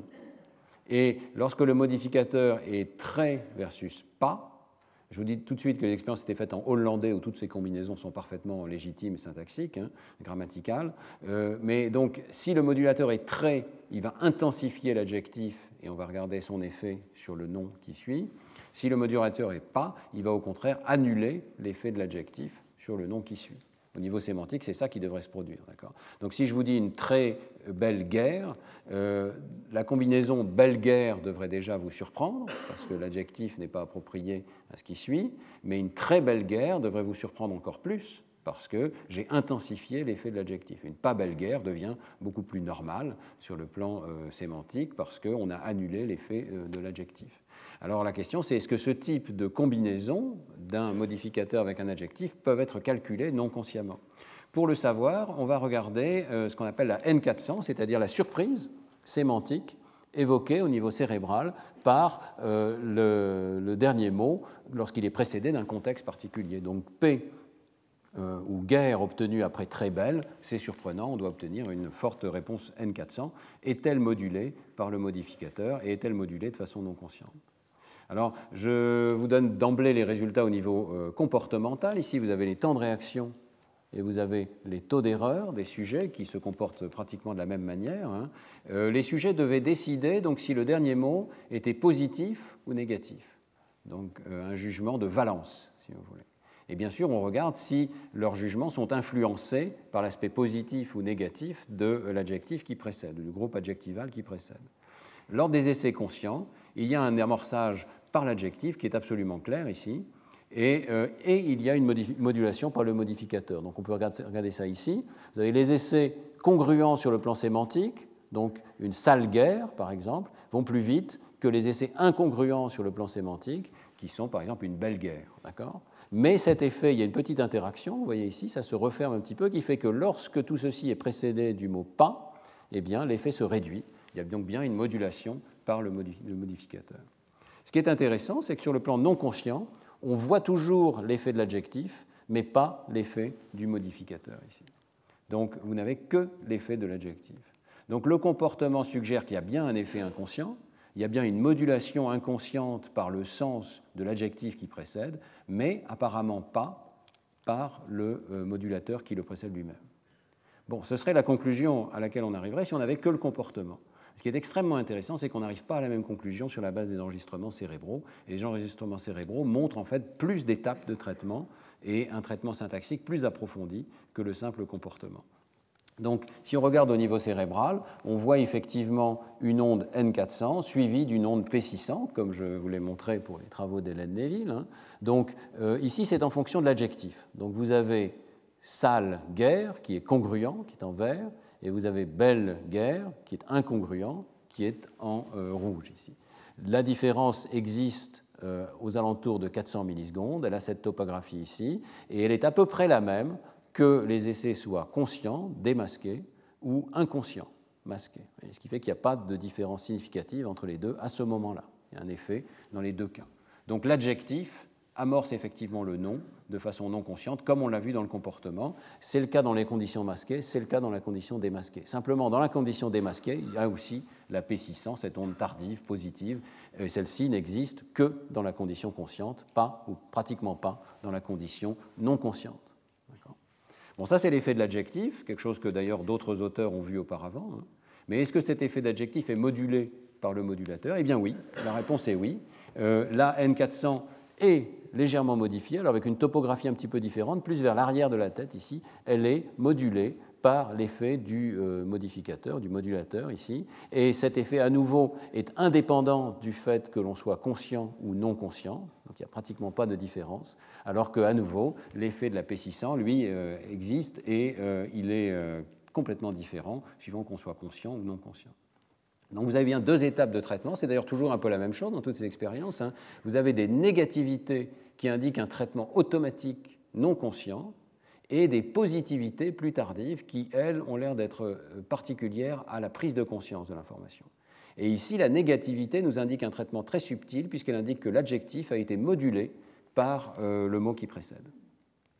Et lorsque le modificateur est très versus pas, je vous dis tout de suite que l'expérience était faite en hollandais où toutes ces combinaisons sont parfaitement légitimes et syntaxiques, hein, grammaticales. Euh, mais donc, si le modulateur est très, il va intensifier l'adjectif et on va regarder son effet sur le nom qui suit. Si le modulateur est pas, il va au contraire annuler l'effet de l'adjectif sur le nom qui suit. Au niveau sémantique, c'est ça qui devrait se produire. D'accord ? Donc si je vous dis une très belle guerre, euh, la combinaison belle guerre devrait déjà vous surprendre, parce que l'adjectif n'est pas approprié à ce qui suit, mais une très belle guerre devrait vous surprendre encore plus, parce que j'ai intensifié l'effet de l'adjectif. Une pas belle guerre devient beaucoup plus normale sur le plan euh, sémantique, parce qu'on a annulé l'effet euh, de l'adjectif. Alors la question, c'est est-ce que ce type de combinaison d'un modificateur avec un adjectif peuvent être calculés non consciemment? Pour le savoir, on va regarder euh, ce qu'on appelle la N quatre cents, c'est-à-dire la surprise sémantique évoquée au niveau cérébral par euh, le, le dernier mot lorsqu'il est précédé d'un contexte particulier. Donc P euh, ou guerre obtenue après très belle, c'est surprenant, on doit obtenir une forte réponse N quatre cents. Est-elle modulée par le modificateur et est-elle modulée de façon non consciente? Alors, je vous donne d'emblée les résultats au niveau euh, comportemental. Ici, vous avez les temps de réaction et vous avez les taux d'erreur des sujets qui se comportent pratiquement de la même manière. Hein. Euh, les sujets devaient décider donc, si le dernier mot était positif ou négatif. Donc, euh, un jugement de valence, si vous voulez. Et bien sûr, on regarde si leurs jugements sont influencés par l'aspect positif ou négatif de l'adjectif qui précède, du groupe adjectival qui précède. Lors des essais conscients, il y a un amorçage par l'adjectif qui est absolument clair ici, et, euh, et il y a une modulation par le modificateur. Donc on peut regarder, regarder ça ici. Vous avez les essais congruents sur le plan sémantique, donc une sale guerre, par exemple, vont plus vite que les essais incongruents sur le plan sémantique, qui sont par exemple une belle guerre. D'accord ? Mais cet effet, il y a une petite interaction, vous voyez ici, ça se referme un petit peu, qui fait que lorsque tout ceci est précédé du mot « pas », eh bien l'effet se réduit. Il y a donc bien une modulation par le modificateur. Ce qui est intéressant, c'est que sur le plan non conscient, on voit toujours l'effet de l'adjectif, mais pas l'effet du modificateur ici. Donc vous n'avez que l'effet de l'adjectif. Donc le comportement suggère qu'il y a bien un effet inconscient, il y a bien une modulation inconsciente par le sens de l'adjectif qui précède, mais apparemment pas par le modulateur qui le précède lui-même. Bon, ce serait la conclusion à laquelle on arriverait si on n'avait que le comportement. Ce qui est extrêmement intéressant, c'est qu'on n'arrive pas à la même conclusion sur la base des enregistrements cérébraux. Et les enregistrements cérébraux montrent en fait plus d'étapes de traitement et un traitement syntaxique plus approfondi que le simple comportement. Donc, si on regarde au niveau cérébral, on voit effectivement une onde N quatre cents suivie d'une onde P six cents, comme je vous l'ai montré pour les travaux d'Hélène Neville. Hein. Donc, euh, ici, c'est en fonction de l'adjectif. Donc, vous avez sale guerre, qui est congruent, qui est en vert, et vous avez belle guerre, qui est incongruent, qui est en euh, rouge ici. La différence existe euh, aux alentours de quatre cents millisecondes, elle a cette topographie ici, et elle est à peu près la même que les essais soient conscients, démasqués, ou inconscients, masqués. Et ce qui fait qu'il n'y a pas de différence significative entre les deux à ce moment-là. Il y a un effet dans les deux cas. Donc l'adjectif amorce effectivement le nom de façon non consciente, comme on l'a vu dans le comportement. C'est le cas dans les conditions masquées, c'est le cas dans la condition démasquée. Simplement, dans la condition démasquée, il y a aussi la P six cents, cette onde tardive, positive, et celle-ci n'existe que dans la condition consciente, pas ou pratiquement pas dans la condition non consciente. D'accord ? Bon, ça c'est l'effet de l'adjectif, quelque chose que d'ailleurs d'autres auteurs ont vu auparavant. Hein. Mais est-ce que cet effet d'adjectif est modulé par le modulateur ? Eh bien oui, la réponse est oui. Euh, la N quatre cents est légèrement modifiée, alors avec une topographie un petit peu différente, plus vers l'arrière de la tête ici, elle est modulée par l'effet du euh, modificateur, du modulateur ici, et cet effet à nouveau est indépendant du fait que l'on soit conscient ou non conscient, donc il n'y a pratiquement pas de différence, alors qu'à nouveau, l'effet de la P six cents, lui, euh, existe et euh, il est euh, complètement différent, suivant qu'on soit conscient ou non conscient. Donc vous avez bien deux étapes de traitement, c'est d'ailleurs toujours un peu la même chose dans toutes ces expériences. Hein. Vous avez des négativités qui indiquent un traitement automatique non conscient et des positivités plus tardives qui, elles, ont l'air d'être particulières à la prise de conscience de l'information. Et ici, la négativité nous indique un traitement très subtil puisqu'elle indique que l'adjectif a été modulé par euh, le mot qui précède.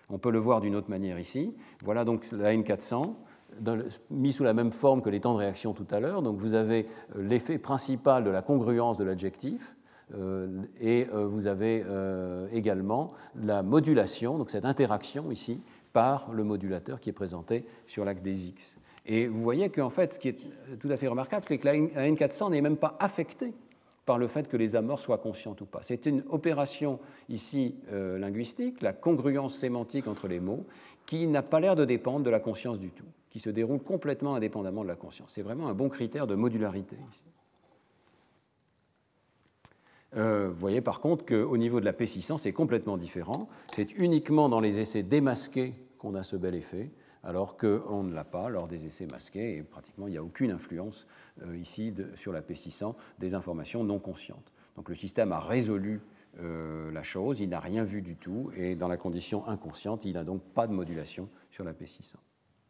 On peut le voir d'une autre manière ici. Voilà donc la N quatre cents, le, mis sous la même forme que les temps de réaction tout à l'heure. Donc vous avez l'effet principal de la congruence de l'adjectif, euh, et euh, vous avez euh, également la modulation, donc cette interaction ici, par le modulateur qui est présenté sur l'axe des X. Et vous voyez qu'en fait, ce qui est tout à fait remarquable, c'est que la N quatre cents n'est même pas affectée par le fait que les amorces soient conscientes ou pas. C'est une opération ici euh, linguistique, la congruence sémantique entre les mots, qui n'a pas l'air de dépendre de la conscience du tout, qui se déroule complètement indépendamment de la conscience. C'est vraiment un bon critère de modularité ici. Euh, vous voyez par contre qu'au niveau de la P six cents, c'est complètement différent. C'est uniquement dans les essais démasqués qu'on a ce bel effet, alors qu'on ne l'a pas lors des essais masqués, et pratiquement il n'y a aucune influence euh, ici de, sur la P six cents des informations non conscientes. Donc le système a résolu euh, la chose, il n'a rien vu du tout, et dans la condition inconsciente, il n'a donc pas de modulation sur la P six cents.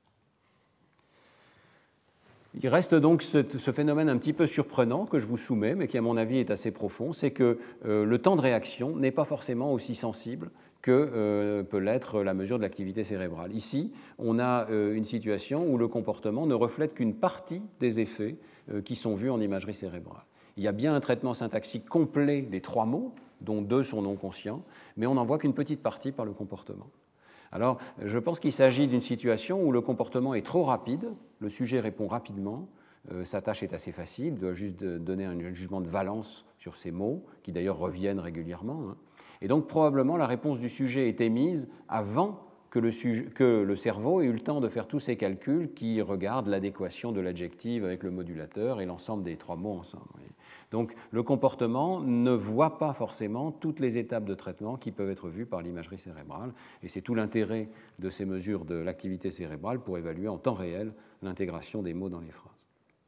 Il reste donc ce, ce phénomène un petit peu surprenant que je vous soumets, mais qui à mon avis est assez profond, c'est que euh, le temps de réaction n'est pas forcément aussi sensible que euh, peut l'être la mesure de l'activité cérébrale. Ici, on a euh, une situation où le comportement ne reflète qu'une partie des effets euh, qui sont vus en imagerie cérébrale. Il y a bien un traitement syntaxique complet des trois mots, dont deux sont non conscients, mais on n'en voit qu'une petite partie par le comportement. Alors, je pense qu'il s'agit d'une situation où le comportement est trop rapide, le sujet répond rapidement, euh, sa tâche est assez facile, il doit juste donner un jugement de valence sur ces mots, qui d'ailleurs reviennent régulièrement, hein. Et donc, probablement, la réponse du sujet est émise avant que le, sujet, que le cerveau ait eu le temps de faire tous ces calculs qui regardent l'adéquation de l'adjectif avec le modulateur et l'ensemble des trois mots ensemble. Donc, le comportement ne voit pas forcément toutes les étapes de traitement qui peuvent être vues par l'imagerie cérébrale, et c'est tout l'intérêt de ces mesures de l'activité cérébrale pour évaluer en temps réel l'intégration des mots dans les phrases.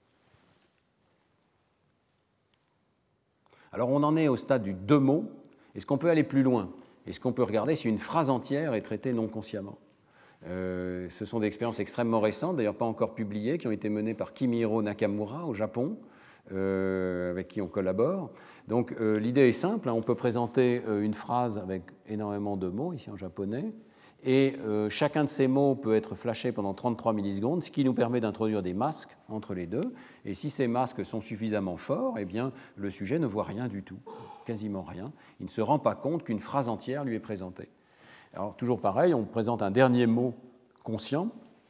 Alors, on en est au stade du deux mots. Est-ce qu'on peut aller plus loin? Est-ce qu'on peut regarder si une phrase entière est traitée non consciemment? euh, Ce sont des expériences extrêmement récentes, d'ailleurs pas encore publiées, qui ont été menées par Kimihiro Nakamura au Japon, euh, avec qui on collabore. Donc euh, l'idée est simple, hein, on peut présenter euh, une phrase avec énormément de mots, ici en japonais, et euh, chacun de ces mots peut être flashé pendant trente-trois millisecondes, ce qui nous permet d'introduire des masques entre les deux. Et si ces masques sont suffisamment forts, eh bien, le sujet ne voit rien du tout, quasiment rien. Il ne se rend pas compte qu'une phrase entière lui est présentée. Alors, toujours pareil, on présente un dernier mot conscient.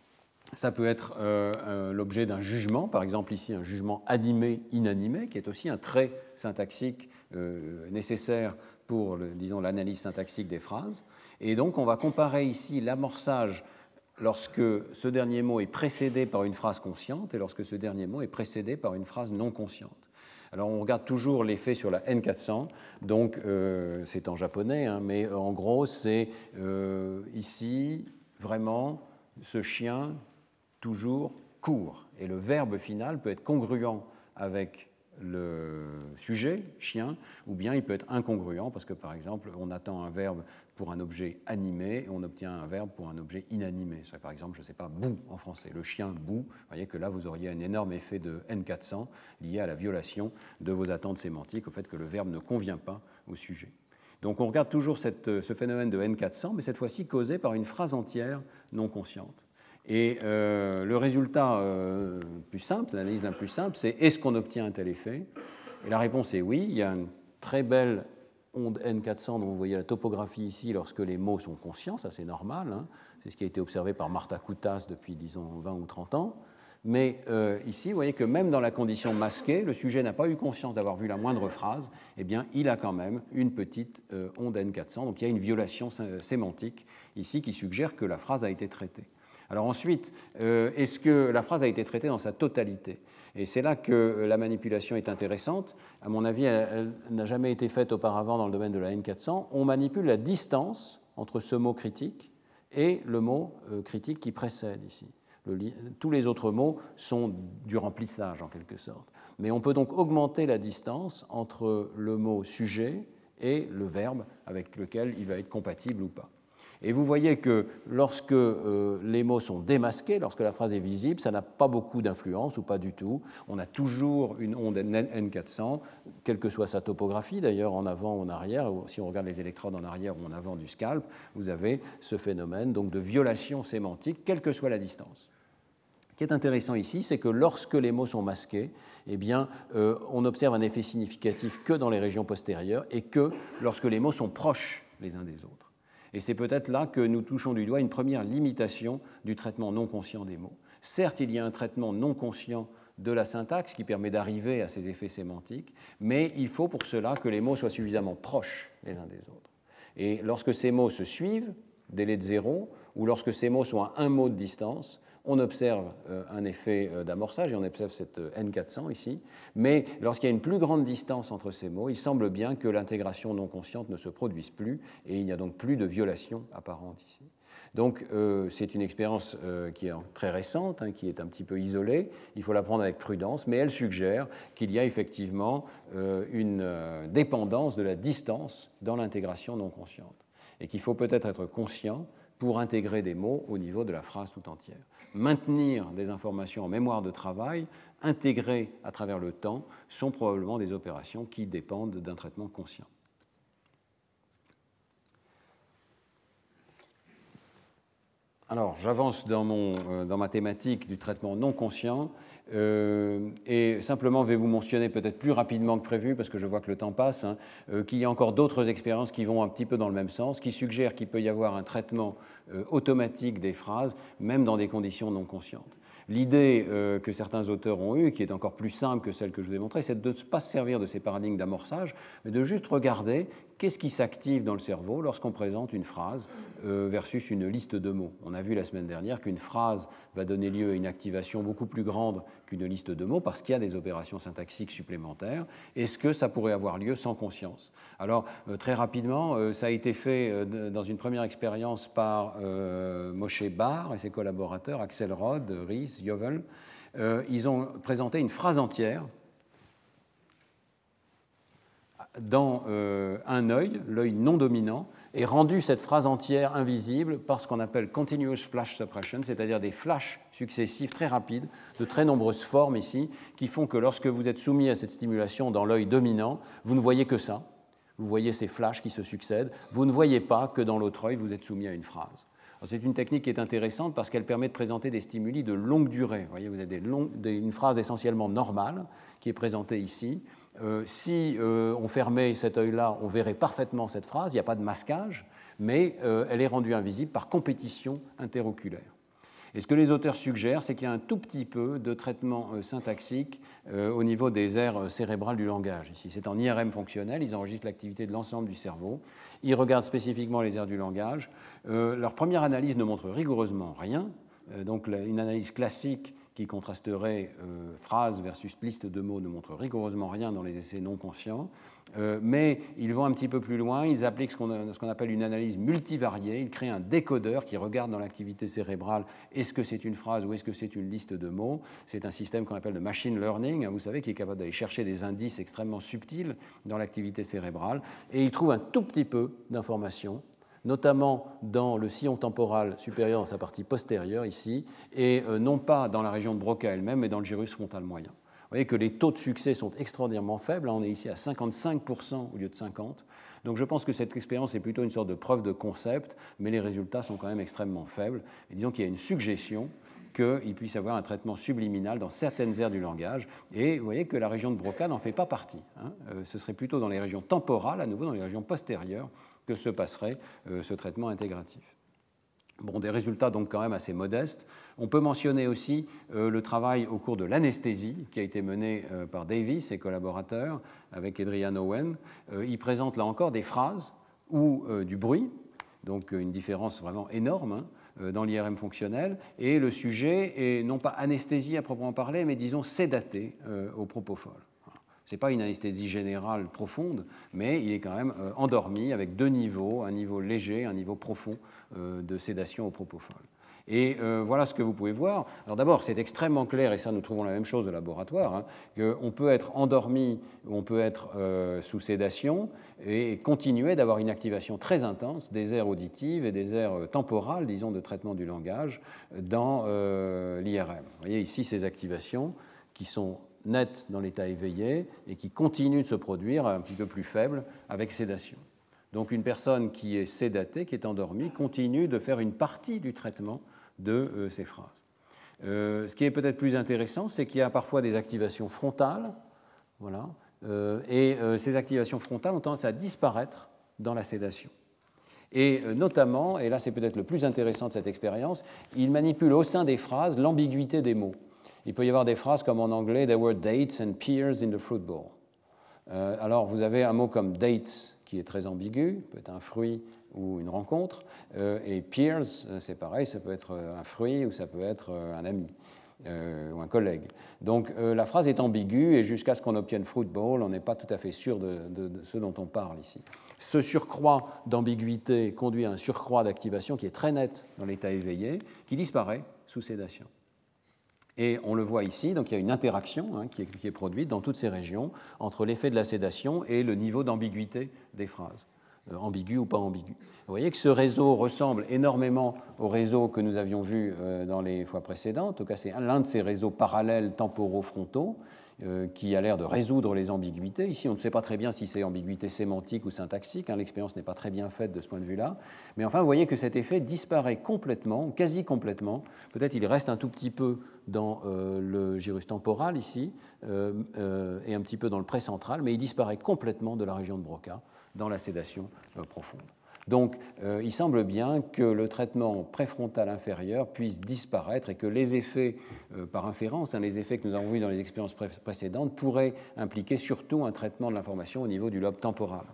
Ça peut être euh, euh, l'objet d'un jugement, par exemple ici un jugement animé-inanimé, qui est aussi un trait syntaxique euh, nécessaire pour, le, disons, l'analyse syntaxique des phrases. Et donc, on va comparer ici l'amorçage lorsque ce dernier mot est précédé par une phrase consciente et lorsque ce dernier mot est précédé par une phrase non consciente. Alors, on regarde toujours l'effet sur la N quatre cents, donc euh, c'est en japonais, hein, mais en gros, c'est euh, ici, vraiment, ce chien toujours court. Et le verbe final peut être congruent avec le sujet, chien, ou bien il peut être incongruent, parce que, par exemple, on attend un verbe pour un objet animé et on obtient un verbe pour un objet inanimé. Ce serait, par exemple, je ne sais pas, boue en français, le chien boue. Vous voyez que là, vous auriez un énorme effet de N quatre cents lié à la violation de vos attentes sémantiques, au fait que le verbe ne convient pas au sujet. Donc on regarde toujours cette, ce phénomène de N quatre cents, mais cette fois-ci causé par une phrase entière non consciente. Et euh, le résultat euh, plus simple, l'analyse la plus simple, c'est est-ce qu'on obtient un tel effet? Et la réponse est oui. Il y a une très belle onde N quatre cents dont vous voyez la topographie ici lorsque les mots sont conscients, ça c'est normal, hein. C'est ce qui a été observé par Marta Kutas depuis, disons, vingt ou trente ans. Mais euh, ici, vous voyez que même dans la condition masquée, le sujet n'a pas eu conscience d'avoir vu la moindre phrase, eh bien, il a quand même une petite euh, onde N quatre cents. Donc il y a une violation sémantique ici qui suggère que la phrase a été traitée. Alors ensuite, euh, est-ce que la phrase a été traitée dans sa totalité? Et c'est là que la manipulation est intéressante. À mon avis, elle, elle n'a jamais été faite auparavant dans le domaine de la N quatre cents. On manipule la distance entre ce mot critique et le mot euh, critique qui précède ici. Le, tous les autres mots sont du remplissage en quelque sorte. Mais on peut donc augmenter la distance entre le mot sujet et le verbe avec lequel il va être compatible ou pas. Et vous voyez que lorsque euh, les mots sont démasqués, lorsque la phrase est visible, ça n'a pas beaucoup d'influence ou pas du tout. On a toujours une onde N quatre cents, quelle que soit sa topographie, d'ailleurs en avant ou en arrière. Si on regarde les électrodes en arrière ou en avant du scalp, vous avez ce phénomène donc, de violation sémantique, quelle que soit la distance. Ce qui est intéressant ici, c'est que lorsque les mots sont masqués, eh bien, euh, on observe un effet significatif que dans les régions postérieures et que lorsque les mots sont proches les uns des autres. Et c'est peut-être là que nous touchons du doigt une première limitation du traitement non conscient des mots. Certes, il y a un traitement non conscient de la syntaxe qui permet d'arriver à ces effets sémantiques, mais il faut pour cela que les mots soient suffisamment proches les uns des autres. Et lorsque ces mots se suivent, délai de zéro, ou lorsque ces mots sont à un mot de distance, on observe euh, un effet euh, d'amorçage, et on observe cette euh, N quatre cents ici, mais lorsqu'il y a une plus grande distance entre ces mots, il semble bien que l'intégration non consciente ne se produise plus, et il n'y a donc plus de violation apparente ici. Donc euh, c'est une expérience euh, qui est très récente, hein, qui est un petit peu isolée, il faut la prendre avec prudence, mais elle suggère qu'il y a effectivement euh, une euh, dépendance de la distance dans l'intégration non consciente, et qu'il faut peut-être être conscient pour intégrer des mots au niveau de la phrase tout entière. Maintenir des informations en mémoire de travail, intégrées à travers le temps, sont probablement des opérations qui dépendent d'un traitement conscient. Alors, j'avance dans, mon, euh, dans ma thématique du traitement non conscient euh, et simplement vais vous mentionner peut-être plus rapidement que prévu, parce que je vois que le temps passe, hein, euh, qu'il y a encore d'autres expériences qui vont un petit peu dans le même sens, qui suggèrent qu'il peut y avoir un traitement euh, automatique des phrases, même dans des conditions non conscientes. L'idée euh, que certains auteurs ont eue, qui est encore plus simple que celle que je vous ai montrée, c'est de ne pas se servir de ces paradigmes d'amorçage, mais de juste regarder qu'est-ce qui s'active dans le cerveau lorsqu'on présente une phrase euh, versus une liste de mots. On a vu la semaine dernière qu'une phrase va donner lieu à une activation beaucoup plus grande qu'une liste de mots parce qu'il y a des opérations syntaxiques supplémentaires. Est-ce que ça pourrait avoir lieu sans conscience? Alors, euh, très rapidement, euh, ça a été fait euh, dans une première expérience par euh, Moshe Bar et ses collaborateurs, Axel Rod, Ries, Yovel. Euh, ils ont présenté une phrase entière dans euh, un œil, l'œil non dominant, et rendu cette phrase entière invisible par ce qu'on appelle continuous flash suppression, c'est-à-dire des flashs successifs très rapides, de très nombreuses formes ici, qui font que lorsque vous êtes soumis à cette stimulation dans l'œil dominant, vous ne voyez que ça. Vous voyez ces flashs qui se succèdent. Vous ne voyez pas que dans l'autre œil, vous êtes soumis à une phrase. C'est une technique qui est intéressante parce qu'elle permet de présenter des stimuli de longue durée. Vous voyez, vous avez des longues, des, une phrase essentiellement normale qui est présentée ici. Euh, si euh, on fermait cet œil-là, on verrait parfaitement cette phrase. Il n'y a pas de masquage, mais euh, elle est rendue invisible par compétition interoculaire. Et ce que les auteurs suggèrent, c'est qu'il y a un tout petit peu de traitement euh, syntaxique euh, au niveau des aires cérébrales du langage. Ici, c'est en I R M fonctionnel, ils enregistrent l'activité de l'ensemble du cerveau. Ils regardent spécifiquement les aires du langage. Euh, leur première analyse ne montre rigoureusement rien. Euh, donc, une analyse classique qui contrasterait euh, phrase versus liste de mots ne montre rigoureusement rien dans les essais non conscients. Euh, mais ils vont un petit peu plus loin, ils appliquent ce qu'on, a, ce qu'on appelle une analyse multivariée, ils créent un décodeur qui regarde dans l'activité cérébrale est-ce que c'est une phrase ou est-ce que c'est une liste de mots. C'est un système qu'on appelle de machine learning, hein, vous savez, qui est capable d'aller chercher des indices extrêmement subtils dans l'activité cérébrale, et ils trouvent un tout petit peu d'informations, notamment dans le sillon temporal supérieur dans sa partie postérieure ici, et euh, non pas dans la région de Broca elle-même, mais dans le gyrus frontal moyen. Vous voyez que les taux de succès sont extraordinairement faibles. Là, on est ici à cinquante-cinq pour cent au lieu de cinquante. Donc je pense que cette expérience est plutôt une sorte de preuve de concept, mais les résultats sont quand même extrêmement faibles. Et disons qu'il y a une suggestion qu'il puisse y avoir un traitement subliminal dans certaines aires du langage. Et vous voyez que la région de Broca n'en fait pas partie. Hein. Euh, ce serait plutôt dans les régions temporales, à nouveau dans les régions postérieures, que se passerait euh, ce traitement intégratif. Bon, des résultats donc quand même assez modestes. On peut mentionner aussi euh, le travail au cours de l'anesthésie qui a été mené euh, par Davis et collaborateurs avec Adrian Owen. Euh, il présente là encore des phrases ou euh, du bruit, donc une différence vraiment énorme hein, euh, dans l'I R M fonctionnel. Et le sujet est non pas anesthésie à proprement parler, mais disons sédaté euh, au propofol. Ce n'est pas une anesthésie générale profonde, mais il est quand même euh, endormi avec deux niveaux, un niveau léger, un niveau profond euh, de sédation au propofol. Et euh, voilà ce que vous pouvez voir. Alors d'abord, c'est extrêmement clair, et ça nous trouvons la même chose au laboratoire, hein, qu'on peut être endormi ou on peut être euh, sous sédation et continuer d'avoir une activation très intense des aires auditives et des aires temporales, disons, de traitement du langage dans euh, l'I R M. Vous voyez ici ces activations qui sont nettes dans l'état éveillé et qui continuent de se produire un petit peu plus faibles avec sédation. Donc une personne qui est sédatée, qui est endormie, continue de faire une partie du traitement de euh, ces phrases. Euh, ce qui est peut-être plus intéressant, c'est qu'il y a parfois des activations frontales, voilà, euh, et euh, ces activations frontales ont tendance à disparaître dans la sédation. Et euh, notamment, et là c'est peut-être le plus intéressant de cette expérience, il manipule au sein des phrases l'ambiguïté des mots. Il peut y avoir des phrases comme en anglais « There were dates and pears in the fruit bowl ». Euh, alors vous avez un mot comme « dates » qui est très ambigu, peut être un fruit ou une rencontre, euh, et peers, c'est pareil, ça peut être un fruit ou ça peut être un ami euh, ou un collègue. Donc euh, la phrase est ambiguë et jusqu'à ce qu'on obtienne fruit bowl, on n'est pas tout à fait sûr de, de, de ce dont on parle ici. Ce surcroît d'ambiguïté conduit à un surcroît d'activation qui est très net dans l'état éveillé, qui disparaît sous sédation. Et on le voit ici, donc il y a une interaction hein, qui, est, qui est produite dans toutes ces régions entre l'effet de la sédation et le niveau d'ambiguïté des phrases, euh, ambigu ou pas ambigu. Vous voyez que ce réseau ressemble énormément au réseau que nous avions vu euh, dans les fois précédentes. En tout cas, c'est l'un de ces réseaux parallèles temporaux frontaux euh, qui a l'air de résoudre les ambiguïtés. Ici, on ne sait pas très bien si c'est ambiguïté sémantique ou syntaxique. Hein, l'expérience n'est pas très bien faite de ce point de vue-là. Mais enfin, vous voyez que cet effet disparaît complètement, quasi complètement. Peut-être il reste un tout petit peu dans euh, le gyrus temporal ici, euh, euh, et un petit peu dans le précentral, mais il disparaît complètement de la région de Broca dans la sédation euh, profonde. Donc, euh, il semble bien que le traitement préfrontal inférieur puisse disparaître et que les effets, euh, par inférence, hein, les effets que nous avons vus dans les expériences pré- précédentes, pourraient impliquer surtout un traitement de l'information au niveau du lobe temporal.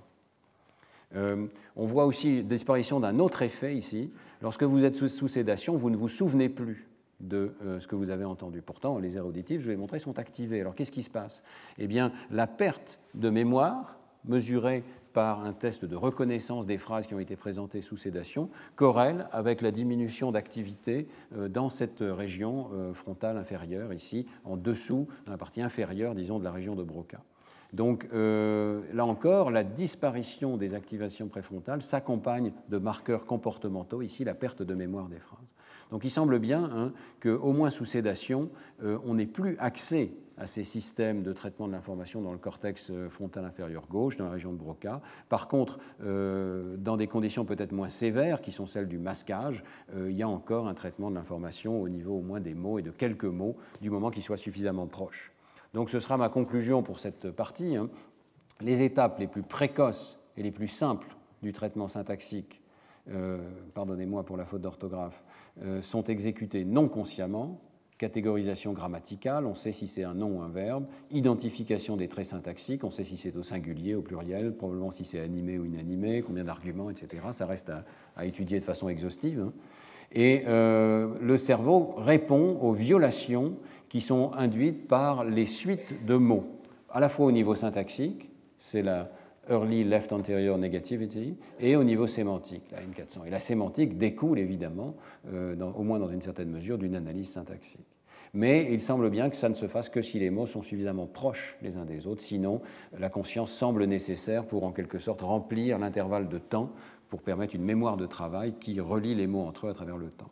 Euh, on voit aussi la disparition d'un autre effet ici. Lorsque vous êtes sous, sous sédation, vous ne vous souvenez plus de euh, ce que vous avez entendu. Pourtant, les aires auditives, je vous l'ai montré, sont activées. Alors, qu'est-ce qui se passe ? Eh bien, la perte de mémoire, mesurée par un test de reconnaissance des phrases qui ont été présentées sous sédation, corrèle avec la diminution d'activité euh, dans cette région euh, frontale inférieure, ici, en dessous, dans la partie inférieure, disons, de la région de Broca. Donc, euh, là encore, la disparition des activations préfrontales s'accompagne de marqueurs comportementaux, ici, la perte de mémoire des phrases. Donc il semble bien hein, qu'au moins sous sédation, euh, on n'ait plus accès à ces systèmes de traitement de l'information dans le cortex frontal inférieur gauche, dans la région de Broca. Par contre, euh, dans des conditions peut-être moins sévères, qui sont celles du masquage, euh, il y a encore un traitement de l'information au niveau au moins des mots et de quelques mots, du moment qu'ils soient suffisamment proches. Donc ce sera ma conclusion pour cette partie. Hein. Les étapes les plus précoces et les plus simples du traitement syntaxique, euh, pardonnez-moi pour la faute d'orthographe, euh, sont exécutées non consciemment, catégorisation grammaticale, on sait si c'est un nom ou un verbe, identification des traits syntaxiques, on sait si c'est au singulier, au pluriel, probablement si c'est animé ou inanimé, combien d'arguments, et cetera. Ça reste à, à étudier de façon exhaustive. Hein. Et euh, le cerveau répond aux violations qui sont induites par les suites de mots, à la fois au niveau syntaxique, c'est la Early Left Anterior Negativity, et au niveau sémantique, la N quatre cents. Et la sémantique découle évidemment, euh, dans, au moins dans une certaine mesure, d'une analyse syntaxique. Mais il semble bien que ça ne se fasse que si les mots sont suffisamment proches les uns des autres, sinon la conscience semble nécessaire pour en quelque sorte remplir l'intervalle de temps pour permettre une mémoire de travail qui relie les mots entre eux à travers le temps.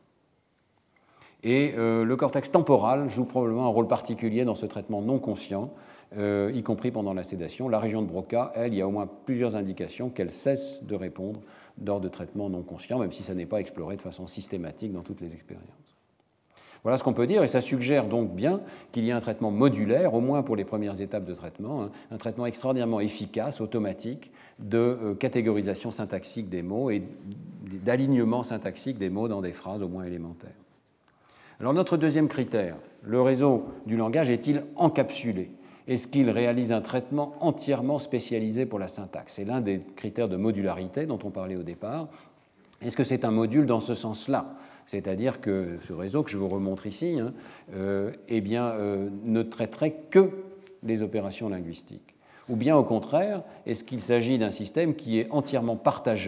Et euh, le cortex temporal joue probablement un rôle particulier dans ce traitement non conscient, euh, y compris pendant la sédation. La région de Broca, elle, il y a au moins plusieurs indications qu'elle cesse de répondre lors de traitements non conscients, même si ça n'est pas exploré de façon systématique dans toutes les expériences. Voilà ce qu'on peut dire, et ça suggère donc bien qu'il y a un traitement modulaire, au moins pour les premières étapes de traitement, hein, un traitement extraordinairement efficace, automatique, de euh, catégorisation syntaxique des mots et d'alignement syntaxique des mots dans des phrases au moins élémentaires. Alors notre deuxième critère, le réseau du langage est-il encapsulé ? Est-ce qu'il réalise un traitement entièrement spécialisé pour la syntaxe ? C'est l'un des critères de modularité dont on parlait au départ. Est-ce que c'est un module dans ce sens-là ? C'est-à-dire que ce réseau que je vous remontre ici hein, euh, eh bien, euh, ne traiterait que les opérations linguistiques. Ou bien au contraire, est-ce qu'il s'agit d'un système qui est entièrement partagé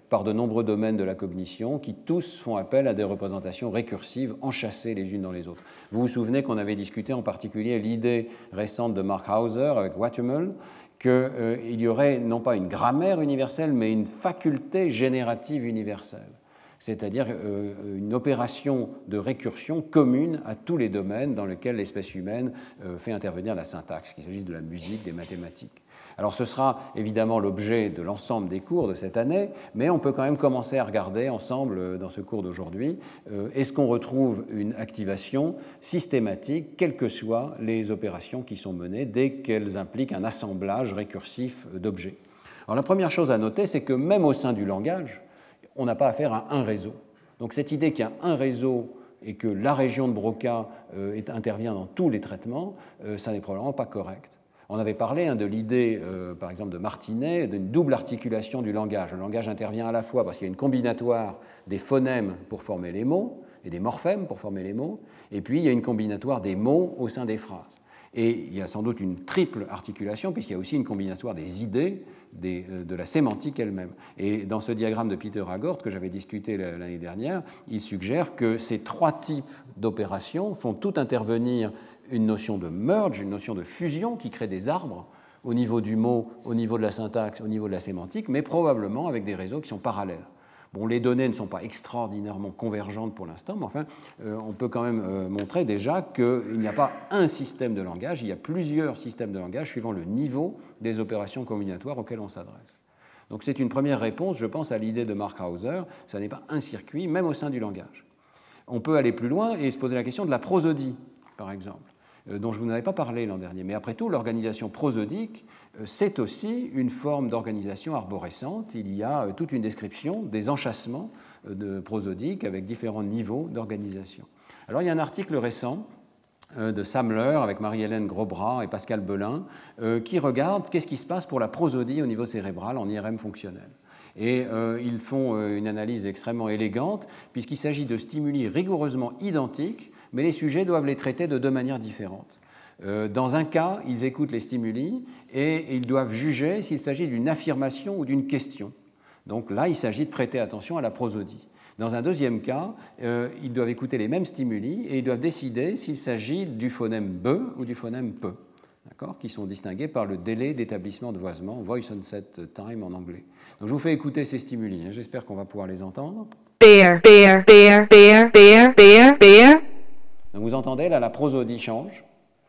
par de nombreux domaines de la cognition qui tous font appel à des représentations récursives enchâssées les unes dans les autres. Vous vous souvenez qu'on avait discuté en particulier l'idée récente de Mark Hauser avec Watermull qu'il euh, y aurait non pas une grammaire universelle mais une faculté générative universelle, c'est-à-dire euh, une opération de récursion commune à tous les domaines dans lesquels l'espèce humaine euh, fait intervenir la syntaxe, qu'il s'agisse de la musique, des mathématiques. Alors ce sera évidemment l'objet de l'ensemble des cours de cette année, mais on peut quand même commencer à regarder ensemble dans ce cours d'aujourd'hui, euh, est-ce qu'on retrouve une activation systématique, quelles que soient les opérations qui sont menées, dès qu'elles impliquent un assemblage récursif d'objets. Alors la première chose à noter, c'est que même au sein du langage, on n'a pas affaire à un réseau. Donc cette idée qu'il y a un réseau et que la région de Broca euh, intervient dans tous les traitements, euh, ça n'est probablement pas correct. On avait parlé hein, de l'idée, euh, par exemple, de Martinet, d'une double articulation du langage. Le langage intervient à la fois parce qu'il y a une combinatoire des phonèmes pour former les mots et des morphèmes pour former les mots, et puis il y a une combinatoire des mots au sein des phrases. Et il y a sans doute une triple articulation, puisqu'il y a aussi une combinatoire des idées, des, euh, de la sémantique elle-même. Et dans ce diagramme de Peter Agort, que j'avais discuté l'année dernière, il suggère que ces trois types d'opérations font tout intervenir une notion de merge, une notion de fusion qui crée des arbres au niveau du mot, au niveau de la syntaxe, au niveau de la sémantique, mais probablement avec des réseaux qui sont parallèles. Bon, les données ne sont pas extraordinairement convergentes pour l'instant, mais enfin, euh, on peut quand même euh, montrer déjà qu'il n'y a pas un système de langage, il y a plusieurs systèmes de langage suivant le niveau des opérations combinatoires auxquelles on s'adresse. Donc c'est une première réponse, je pense, à l'idée de Mark Hauser, ça n'est pas un circuit, même au sein du langage. On peut aller plus loin et se poser la question de la prosodie, par exemple, euh, dont je vous n'avais pas parlé l'an dernier. Mais après tout, l'organisation prosodique, euh, c'est aussi une forme d'organisation arborescente. Il y a euh, toute une description des enchâssements euh, de prosodiques avec différents niveaux d'organisation. Alors il y a un article récent euh, de Samler avec Marie-Hélène Grosbras et Pascal Belin euh, qui regarde qu'est-ce qui se passe pour la prosodie au niveau cérébral en I R M fonctionnel. Et euh, ils font euh, une analyse extrêmement élégante puisqu'il s'agit de stimuli rigoureusement identiques, mais les sujets doivent les traiter de deux manières différentes. Euh, dans un cas, ils écoutent les stimuli et ils doivent juger s'il s'agit d'une affirmation ou d'une question. Donc là, il s'agit de prêter attention à la prosodie. Dans un deuxième cas, euh, ils doivent écouter les mêmes stimuli et ils doivent décider s'il s'agit du phonème be ou du phonème pe, qui sont distingués par le délai d'établissement de voisement, voice onset time en anglais. Donc je vous fais écouter ces stimuli, hein. J'espère qu'on va pouvoir les entendre. Bear, bear, bear, bear, bear, bear, bear. Donc vous entendez, là, la prosodie change,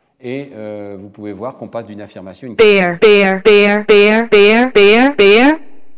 et euh, vous pouvez voir qu'on passe d'une affirmation à une Bear, bear, bear, bear, bear, bear, bear.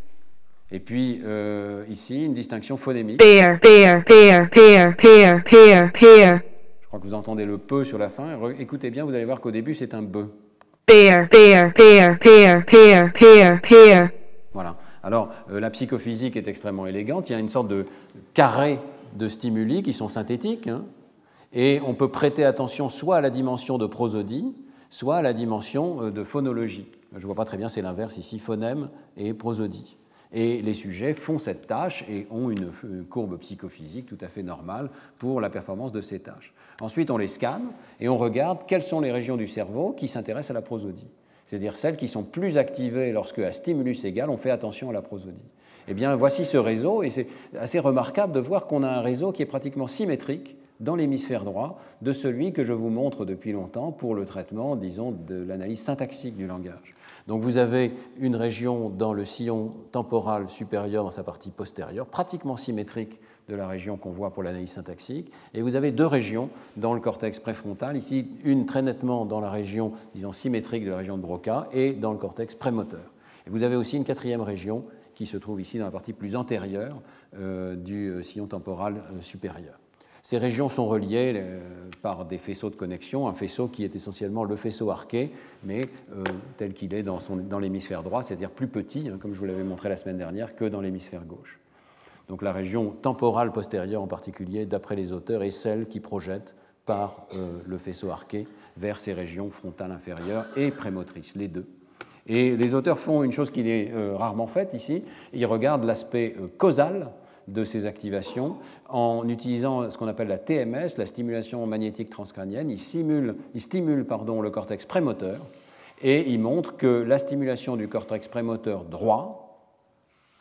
Et puis, euh, ici, une distinction phonémique. Bear, bear, bear, bear, bear, bear, bear. Je crois que vous entendez le peu sur la fin. Écoutez bien, vous allez voir qu'au début, c'est un be. Bear, bear, bear, bear, bear, bear, bear. Voilà. Alors, euh, la psychophysique est extrêmement élégante. Il y a une sorte de carré de stimuli qui sont synthétiques, hein, et on peut prêter attention soit à la dimension de prosodie, soit à la dimension de phonologie. Je ne vois pas très bien, c'est l'inverse ici, phonème et prosodie. Et les sujets font cette tâche et ont une courbe psychophysique tout à fait normale pour la performance de ces tâches. Ensuite, on les scanne et on regarde quelles sont les régions du cerveau qui s'intéressent à la prosodie, c'est-à-dire celles qui sont plus activées lorsque, à stimulus égal, on fait attention à la prosodie. Eh bien, voici ce réseau, et c'est assez remarquable de voir qu'on a un réseau qui est pratiquement symétrique dans l'hémisphère droit de celui que je vous montre depuis longtemps pour le traitement, disons, de l'analyse syntaxique du langage. Donc vous avez une région dans le sillon temporal supérieur, dans sa partie postérieure, pratiquement symétrique de la région qu'on voit pour l'analyse syntaxique, et vous avez deux régions dans le cortex préfrontal, ici une très nettement dans la région, disons, symétrique de la région de Broca, et dans le cortex prémoteur. Et vous avez aussi une quatrième région qui se trouve ici dans la partie plus antérieure euh, du sillon temporal euh, supérieur. Ces régions sont reliées euh, par des faisceaux de connexion, un faisceau qui est essentiellement le faisceau arqué, mais euh, tel qu'il est dans, son, dans l'hémisphère droit, c'est-à-dire plus petit, hein, comme je vous l'avais montré la semaine dernière, que dans l'hémisphère gauche. Donc la région temporale postérieure en particulier, d'après les auteurs, est celle qui projette par euh, le faisceau arqué vers ces régions frontales inférieures et prémotrices, les deux. Et les auteurs font une chose qui est euh, rarement faite ici, ils regardent l'aspect euh, causal de ces activations en utilisant ce qu'on appelle la T M S, la stimulation magnétique transcrânienne. Ils, simulent, ils stimulent pardon, le cortex prémoteur et ils montrent que la stimulation du cortex prémoteur droit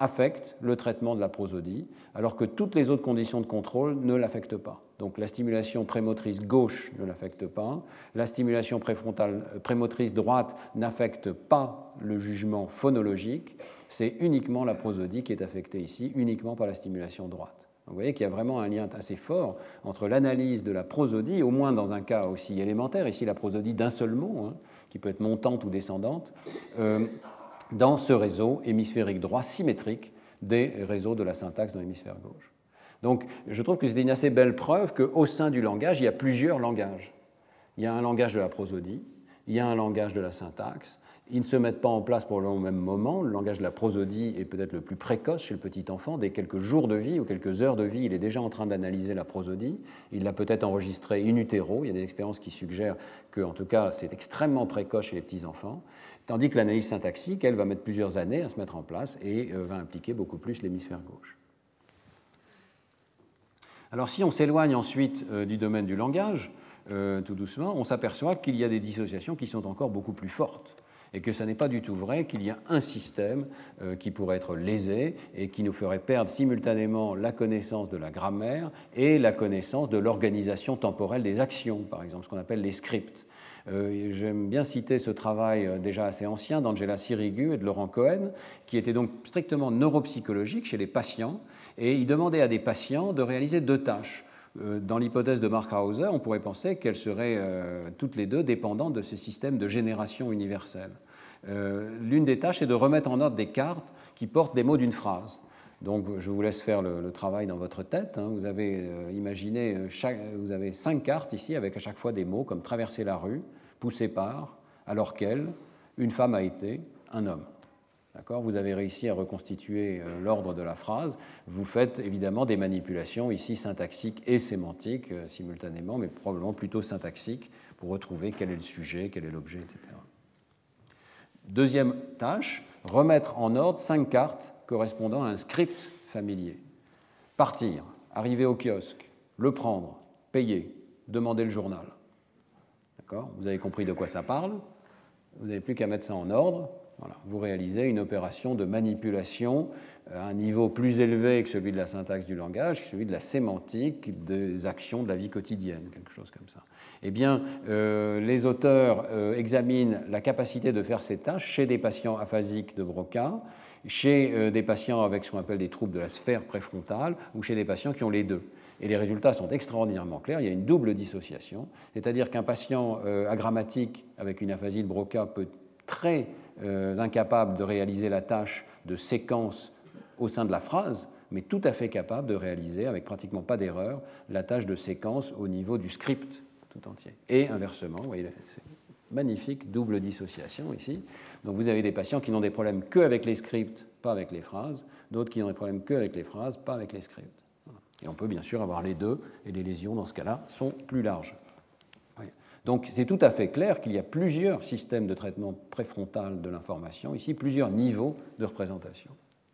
affecte le traitement de la prosodie, alors que toutes les autres conditions de contrôle ne l'affectent pas. Donc la stimulation prémotrice gauche ne l'affecte pas, la stimulation préfrontale, prémotrice droite n'affecte pas le jugement phonologique, c'est uniquement la prosodie qui est affectée ici, uniquement par la stimulation droite. Donc vous voyez qu'il y a vraiment un lien assez fort entre l'analyse de la prosodie, au moins dans un cas aussi élémentaire, ici la prosodie d'un seul mot, hein, qui peut être montante ou descendante, euh, dans ce réseau hémisphérique droit symétrique des réseaux de la syntaxe dans l'hémisphère gauche. Donc je trouve que c'est une assez belle preuve qu'au sein du langage, il y a plusieurs langages. Il y a un langage de la prosodie, il y a un langage de la syntaxe. Ils ne se mettent pas en place pour le même moment. Le langage de la prosodie est peut-être le plus précoce chez le petit enfant. Dès quelques jours de vie ou quelques heures de vie, il est déjà en train d'analyser la prosodie. Il l'a peut-être enregistrée in utero. Il y a des expériences qui suggèrent que, en tout cas, c'est extrêmement précoce chez les petits-enfants. Tandis que l'analyse syntaxique, elle, va mettre plusieurs années à se mettre en place et euh, va impliquer beaucoup plus l'hémisphère gauche. Alors, si on s'éloigne ensuite euh, du domaine du langage, euh, tout doucement, on s'aperçoit qu'il y a des dissociations qui sont encore beaucoup plus fortes. Et que ce n'est pas du tout vrai qu'il y a un système euh, qui pourrait être lésé et qui nous ferait perdre simultanément la connaissance de la grammaire et la connaissance de l'organisation temporelle des actions, par exemple, ce qu'on appelle les scripts. Euh, j'aime bien citer ce travail euh, déjà assez ancien d'Angela Sirigu et de Laurent Cohen, qui était donc strictement neuropsychologique chez les patients, et il demandait à des patients de réaliser deux tâches. Dans l'hypothèse de Mark Hauser, on pourrait penser qu'elles seraient euh, toutes les deux dépendantes de ce système de génération universelle. Euh, l'une des tâches est de remettre en ordre des cartes qui portent des mots d'une phrase. Donc, je vous laisse faire le, le travail dans votre tête. Hein. Vous avez euh, imaginé, chaque, vous avez cinq cartes ici avec à chaque fois des mots comme traverser la rue, pousser par, alors qu'elle, une femme a été, un homme. D'accord ? Vous avez réussi à reconstituer euh, l'ordre de la phrase. Vous faites évidemment des manipulations ici syntaxiques et sémantiques euh, simultanément, mais probablement plutôt syntaxiques pour retrouver quel est le sujet, quel est l'objet, et cetera. Deuxième tâche, remettre en ordre cinq cartes correspondant à un script familier. Partir, arriver au kiosque, le prendre, payer, demander le journal. D'accord ? Vous avez compris de quoi ça parle. Vous n'avez plus qu'à mettre ça en ordre. Voilà, vous réalisez une opération de manipulation à un niveau plus élevé que celui de la syntaxe du langage, que celui de la sémantique des actions de la vie quotidienne, quelque chose comme ça. Eh bien, euh, les auteurs euh, examinent la capacité de faire ces tâches chez des patients aphasiques de Broca, chez euh, des patients avec ce qu'on appelle des troubles de la sphère préfrontale ou chez des patients qui ont les deux. Et les résultats sont extraordinairement clairs. Il y a une double dissociation, c'est-à-dire qu'un patient euh, agrammatique avec une aphasie de Broca peut très euh, incapable de réaliser la tâche de séquence au sein de la phrase, mais tout à fait capable de réaliser, avec pratiquement pas d'erreur, la tâche de séquence au niveau du script tout entier. Et inversement, vous voyez, c'est magnifique, double dissociation ici. Donc vous avez des patients qui n'ont des problèmes qu'avec les scripts, pas avec les phrases, d'autres qui n'ont des problèmes qu'avec les phrases, pas avec les scripts. Voilà. Et on peut bien sûr avoir les deux, et les lésions dans ce cas-là sont plus larges. Donc c'est tout à fait clair qu'il y a plusieurs systèmes de traitement préfrontal de l'information, ici plusieurs niveaux de représentation.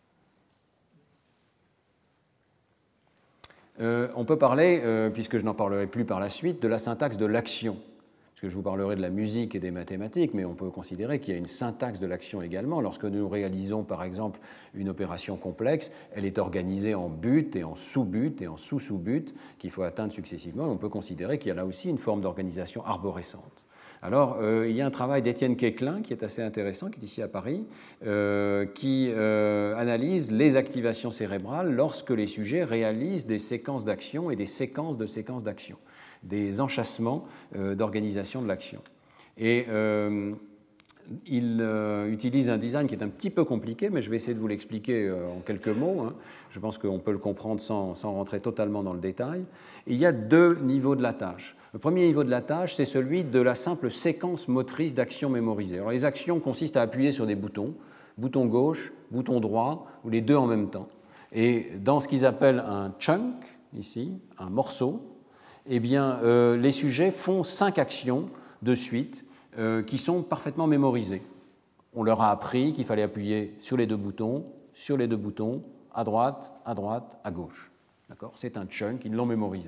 Euh, on peut parler, euh, puisque je n'en parlerai plus par la suite, de la syntaxe de l'action. Parce que je vous parlerai de la musique et des mathématiques, mais on peut considérer qu'il y a une syntaxe de l'action également. Lorsque nous réalisons, par exemple, une opération complexe, elle est organisée en buts et en sous-buts et en sous-sous-buts qu'il faut atteindre successivement. On peut considérer qu'il y a là aussi une forme d'organisation arborescente. Alors, euh, il y a un travail d'Étienne Quéclin qui est assez intéressant, qui est ici à Paris, euh, qui euh, analyse les activations cérébrales lorsque les sujets réalisent des séquences d'action et des séquences de séquences d'action, des enchâssements euh, d'organisation de l'action. Et euh, il euh, utilise un design qui est un petit peu compliqué, mais je vais essayer de vous l'expliquer euh, en quelques mots. Hein. Je pense qu'on peut le comprendre sans, sans rentrer totalement dans le détail. Il y a deux niveaux de la tâche. Le premier niveau de la tâche, c'est celui de la simple séquence motrice d'actions mémorisées. Alors, les actions consistent à appuyer sur des boutons, bouton gauche, bouton droit, ou les deux en même temps. Et dans ce qu'ils appellent un chunk, ici, un morceau, eh bien, euh, les sujets font cinq actions de suite euh, qui sont parfaitement mémorisées. On leur a appris qu'il fallait appuyer sur les deux boutons, sur les deux boutons, à droite, à droite, à gauche. D'accord ? C'est un chunk, ils l'ont mémorisé.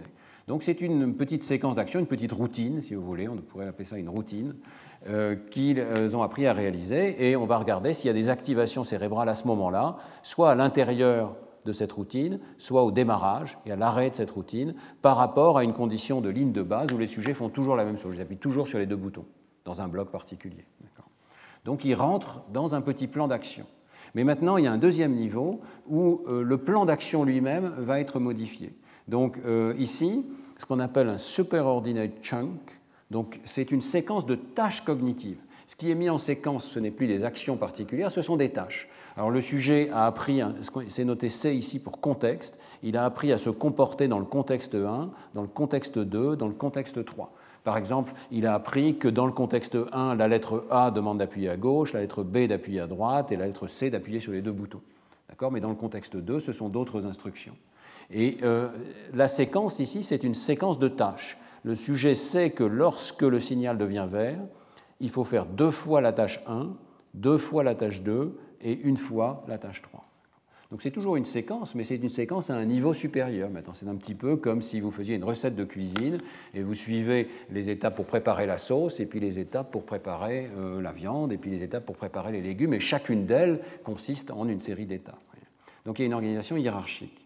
Donc c'est une petite séquence d'action, une petite routine, si vous voulez, on pourrait appeler ça une routine, euh, qu'ils ont appris à réaliser, et on va regarder s'il y a des activations cérébrales à ce moment-là, soit à l'intérieur de cette routine, soit au démarrage et à l'arrêt de cette routine, par rapport à une condition de ligne de base où les sujets font toujours la même chose, ils appuient toujours sur les deux boutons, dans un bloc particulier. Donc ils rentrent dans un petit plan d'action. Mais maintenant, il y a un deuxième niveau où euh, le plan d'action lui-même va être modifié. Donc euh, ici, ce qu'on appelle un superordinate chunk, donc c'est une séquence de tâches cognitives. Ce qui est mis en séquence, ce n'est plus des actions particulières, ce sont des tâches. Alors le sujet a appris, c'est noté C ici pour contexte, il a appris à se comporter dans le contexte un, dans le contexte deux, dans le contexte trois. Par exemple, il a appris que dans le contexte un, la lettre A demande d'appuyer à gauche, la lettre B d'appuyer à droite et la lettre C d'appuyer sur les deux boutons. D'accord ? Mais dans le contexte deux, ce sont d'autres instructions. Et euh, la séquence ici, c'est une séquence de tâches. Le sujet sait que lorsque le signal devient vert, il faut faire deux fois la tâche un, deux fois la tâche deux et une fois la tâche trois. Donc c'est toujours une séquence, mais c'est une séquence à un niveau supérieur. Maintenant, c'est un petit peu comme si vous faisiez une recette de cuisine et vous suivez les étapes pour préparer la sauce, et puis les étapes pour préparer euh, la viande, et puis les étapes pour préparer les légumes, et chacune d'elles consiste en une série d'étapes. Donc il y a une organisation hiérarchique.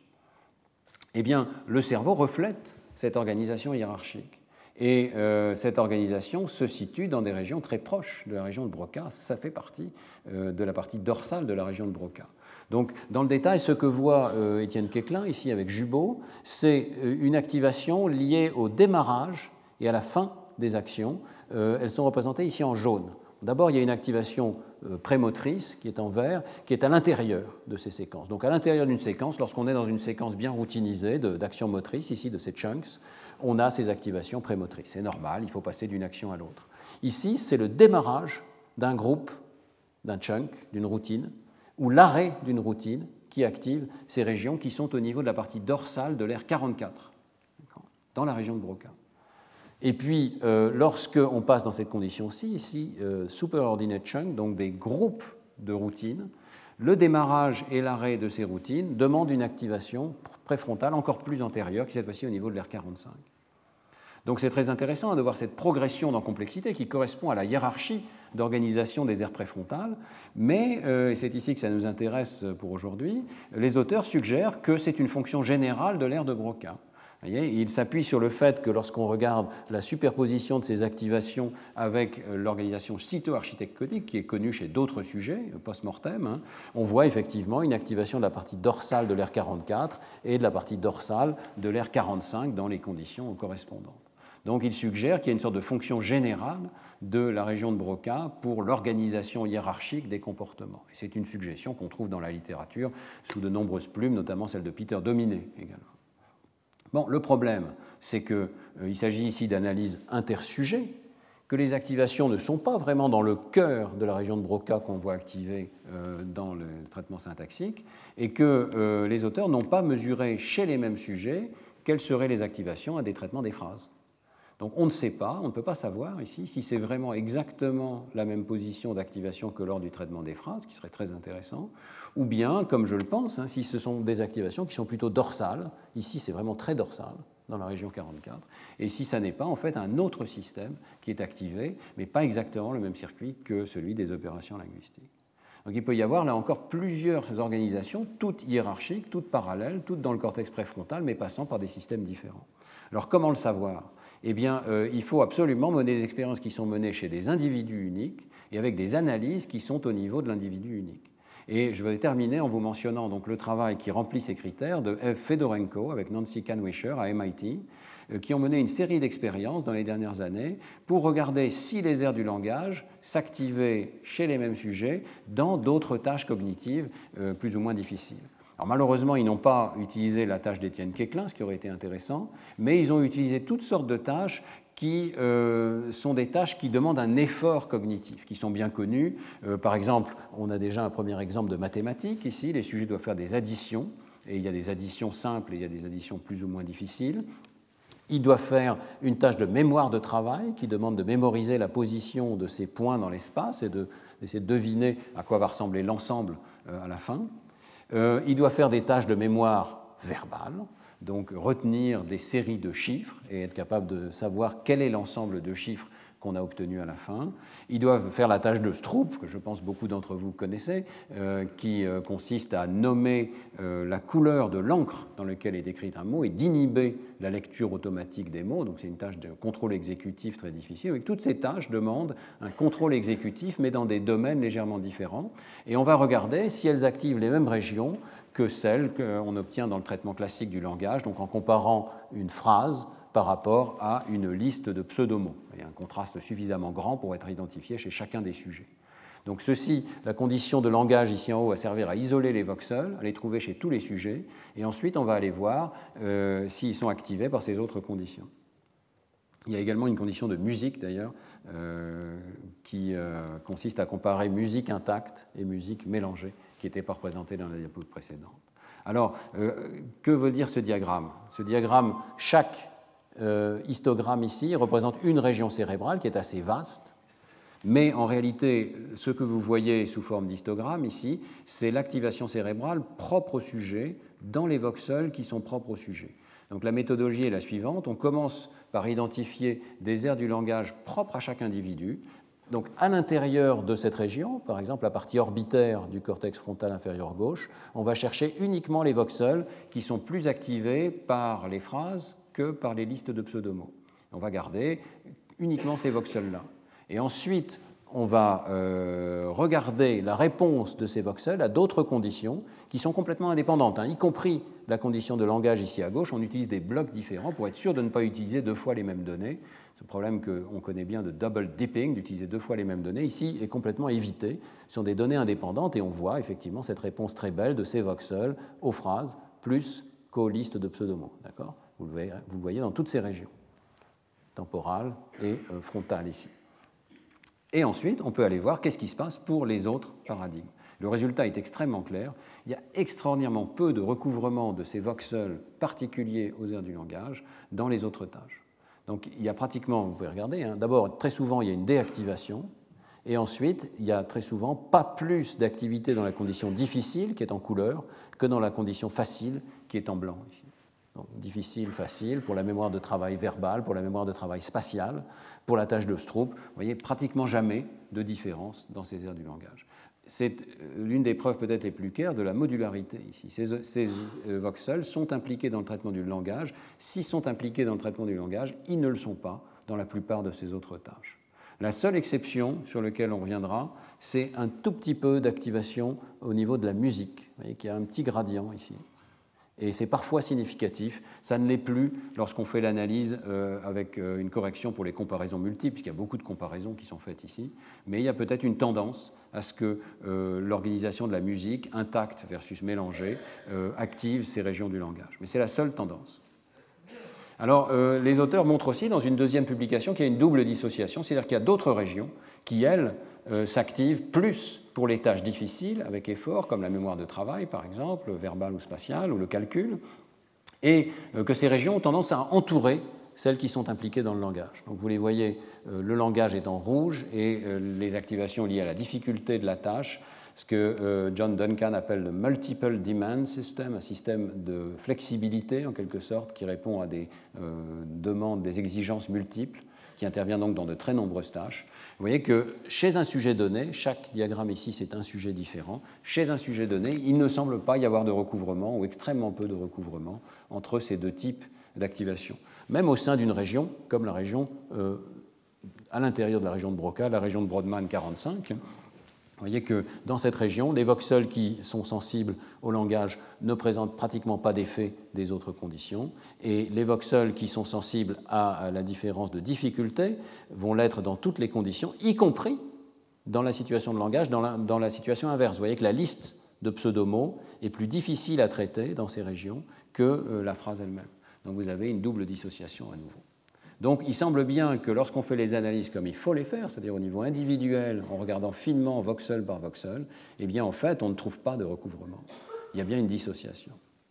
Eh bien, le cerveau reflète cette organisation hiérarchique. Et euh, cette organisation se situe dans des régions très proches de la région de Broca. Ça fait partie euh, de la partie dorsale de la région de Broca. Donc, dans le détail, ce que voit euh, Étienne Quéclin, ici avec Jubot, c'est une activation liée au démarrage et à la fin des actions. Euh, elles sont représentées ici en jaune. D'abord, il y a une activation euh, prémotrice qui est en vert, qui est à l'intérieur de ces séquences. Donc, à l'intérieur d'une séquence, lorsqu'on est dans une séquence bien routinisée d'actions motrices, ici de ces chunks, on a ces activations prémotrices. C'est normal, il faut passer d'une action à l'autre. Ici, c'est le démarrage d'un groupe, d'un chunk, d'une routine, ou l'arrêt d'une routine qui active ces régions qui sont au niveau de la partie dorsale de l'aire quarante-quatre, dans la région de Broca. Et puis, euh, lorsqu'on passe dans cette condition-ci, ici, euh, superordinate chunk, donc des groupes de routines, le démarrage et l'arrêt de ces routines demandent une activation préfrontale encore plus antérieure, qui cette fois-ci au niveau de l'aire quarante-cinq. Donc c'est très intéressant de voir cette progression dans complexité qui correspond à la hiérarchie d'organisation des aires préfrontales, mais, euh, et c'est ici que ça nous intéresse pour aujourd'hui, les auteurs suggèrent que c'est une fonction générale de l'aire de Broca. Vous voyez, il s'appuie sur le fait que lorsqu'on regarde la superposition de ces activations avec l'organisation cytoarchitectonique, qui est connue chez d'autres sujets, post-mortem, hein, on voit effectivement une activation de la partie dorsale de l'aire quarante-quatre et de la partie dorsale de l'aire quarante-cinq dans les conditions correspondantes. Donc il suggère qu'il y a une sorte de fonction générale de la région de Broca pour l'organisation hiérarchique des comportements. Et c'est une suggestion qu'on trouve dans la littérature sous de nombreuses plumes, notamment celle de Peter Dominé également. Bon, le problème, c'est qu'il euh, s'agit ici d'analyses intersujets, que les activations ne sont pas vraiment dans le cœur de la région de Broca qu'on voit activée euh, dans le traitement syntaxique, et que euh, les auteurs n'ont pas mesuré chez les mêmes sujets quelles seraient les activations à des traitements des phrases. Donc on ne sait pas, on ne peut pas savoir ici si c'est vraiment exactement la même position d'activation que lors du traitement des phrases, ce qui serait très intéressant, ou bien, comme je le pense, hein, si ce sont des activations qui sont plutôt dorsales, ici c'est vraiment très dorsal dans la région quarante-quatre, et si ça n'est pas en fait un autre système qui est activé, mais pas exactement le même circuit que celui des opérations linguistiques. Donc il peut y avoir là encore plusieurs organisations, toutes hiérarchiques, toutes parallèles, toutes dans le cortex préfrontal, mais passant par des systèmes différents. Alors comment le savoir ? Eh bien, euh, il faut absolument mener des expériences qui sont menées chez des individus uniques et avec des analyses qui sont au niveau de l'individu unique. Et je vais terminer en vous mentionnant donc le travail qui remplit ces critères de F. Fedorenko avec Nancy Kanwisher à M I T, euh, qui ont mené une série d'expériences dans les dernières années pour regarder si les aires du langage s'activaient chez les mêmes sujets dans d'autres tâches cognitives euh, plus ou moins difficiles. Alors malheureusement, ils n'ont pas utilisé la tâche d'Étienne Quéclin, ce qui aurait été intéressant, mais ils ont utilisé toutes sortes de tâches qui euh, sont des tâches qui demandent un effort cognitif, qui sont bien connues. Euh, par exemple, on a déjà un premier exemple de mathématiques ici. Les sujets doivent faire des additions, et il y a des additions simples et il y a des additions plus ou moins difficiles. Ils doivent faire une tâche de mémoire de travail qui demande de mémoriser la position de ces points dans l'espace et d'essayer de, de deviner à quoi va ressembler l'ensemble euh, à la fin. Euh, il doit faire des tâches de mémoire verbale, donc retenir des séries de chiffres et être capable de savoir quel est l'ensemble de chiffres qu'on a obtenu à la fin. Ils doivent faire la tâche de Stroop, que je pense beaucoup d'entre vous connaissez, euh, qui euh, consiste à nommer euh, la couleur de l'encre dans laquelle est écrit un mot et d'inhiber la lecture automatique des mots. Donc c'est une tâche de contrôle exécutif très difficile. Avec toutes ces tâches demandent un contrôle exécutif, mais dans des domaines légèrement différents. Et on va regarder si elles activent les mêmes régions que celles qu'on obtient dans le traitement classique du langage, donc en comparant une phrase par rapport à une liste de pseudomots. Il y a un contraste suffisamment grand pour être identifié chez chacun des sujets. Donc ceci, la condition de langage ici en haut va servir à isoler les voxels, à les trouver chez tous les sujets, et ensuite on va aller voir euh, s'ils sont activés par ces autres conditions. Il y a également une condition de musique d'ailleurs, euh, qui euh, consiste à comparer musique intacte et musique mélangée, qui n'était pas représentée dans la diapo précédente. Alors, euh, que veut dire ce diagramme? Ce diagramme, chaque Euh, histogramme ici représente une région cérébrale qui est assez vaste, mais en réalité, ce que vous voyez sous forme d'histogramme ici, c'est l'activation cérébrale propre au sujet dans les voxels qui sont propres au sujet. Donc la méthodologie est la suivante, on commence par identifier des aires du langage propres à chaque individu. Donc à l'intérieur de cette région, par exemple la partie orbitaire du cortex frontal inférieur gauche, on va chercher uniquement les voxels qui sont plus activés par les phrases que par les listes de pseudomots. On va garder uniquement ces voxels-là. Et ensuite, on va euh, regarder la réponse de ces voxels à d'autres conditions qui sont complètement indépendantes, hein, y compris la condition de langage ici à gauche. On utilise des blocs différents pour être sûr de ne pas utiliser deux fois les mêmes données. Ce problème qu'on connaît bien de double dipping, d'utiliser deux fois les mêmes données, ici est complètement évité. Ce sont des données indépendantes et on voit effectivement cette réponse très belle de ces voxels aux phrases plus qu'aux listes de pseudomots. D'accord ? Vous le, voyez, vous le voyez dans toutes ces régions, temporales et euh, frontales ici. Et ensuite, on peut aller voir qu'est-ce qui se passe pour les autres paradigmes. Le résultat est extrêmement clair. Il y a extraordinairement peu de recouvrement de ces voxels particuliers aux aires du langage dans les autres tâches. Donc il y a pratiquement, vous pouvez regarder, hein, d'abord, très souvent, il y a une déactivation, et ensuite, il y a très souvent pas plus d'activité dans la condition difficile, qui est en couleur, que dans la condition facile, qui est en blanc ici. Donc, difficile, facile, pour la mémoire de travail verbale, pour la mémoire de travail spatiale, pour la tâche de Stroop. Vous voyez, pratiquement jamais de différence dans ces aires du langage. C'est l'une des preuves peut-être les plus claires de la modularité ici. Ces, ces voxels sont impliqués dans le traitement du langage. S'ils sont impliqués dans le traitement du langage, ils ne le sont pas dans la plupart de ces autres tâches. La seule exception sur laquelle on reviendra, c'est un tout petit peu d'activation au niveau de la musique. Vous voyez qu'il y a un petit gradient ici. Et c'est parfois significatif. Ça ne l'est plus lorsqu'on fait l'analyse euh, avec euh, une correction pour les comparaisons multiples, puisqu'il y a beaucoup de comparaisons qui sont faites ici. Mais il y a peut-être une tendance à ce que euh, l'organisation de la musique, intacte versus mélangée, euh, active ces régions du langage. Mais c'est la seule tendance. Alors, euh, les auteurs montrent aussi dans une deuxième publication qu'il y a une double dissociation, c'est-à-dire qu'il y a d'autres régions qui, elles, euh, s'activent plus pour les tâches difficiles, avec effort, comme la mémoire de travail, par exemple, verbale ou spatiale, ou le calcul, et euh, que ces régions ont tendance à entourer celles qui sont impliquées dans le langage. Donc vous les voyez, euh, le langage est en rouge, et euh, les activations liées à la difficulté de la tâche, ce que euh, John Duncan appelle le Multiple Demand System, un système de flexibilité, en quelque sorte, qui répond à des euh, demandes, des exigences multiples, qui intervient donc dans de très nombreuses tâches. Vous voyez que chez un sujet donné, chaque diagramme ici c'est un sujet différent, chez un sujet donné, il ne semble pas y avoir de recouvrement ou extrêmement peu de recouvrement entre ces deux types d'activation. Même au sein d'une région, comme la région euh, à l'intérieur de la région de Broca, la région de Brodmann quarante-cinq, vous voyez que dans cette région, les voxels qui sont sensibles au langage ne présentent pratiquement pas d'effet des autres conditions, et les voxels qui sont sensibles à la différence de difficulté vont l'être dans toutes les conditions, y compris dans la situation de langage, dans la, dans la situation inverse. Vous voyez que la liste de pseudomots est plus difficile à traiter dans ces régions que euh, la phrase elle-même. Donc vous avez une double dissociation à nouveau. Donc il semble bien que lorsqu'on fait les analyses comme il faut les faire, c'est-à-dire au niveau individuel, en regardant finement voxel par voxel, eh bien en fait on ne trouve pas de recouvrement. Il y a bien une dissociation.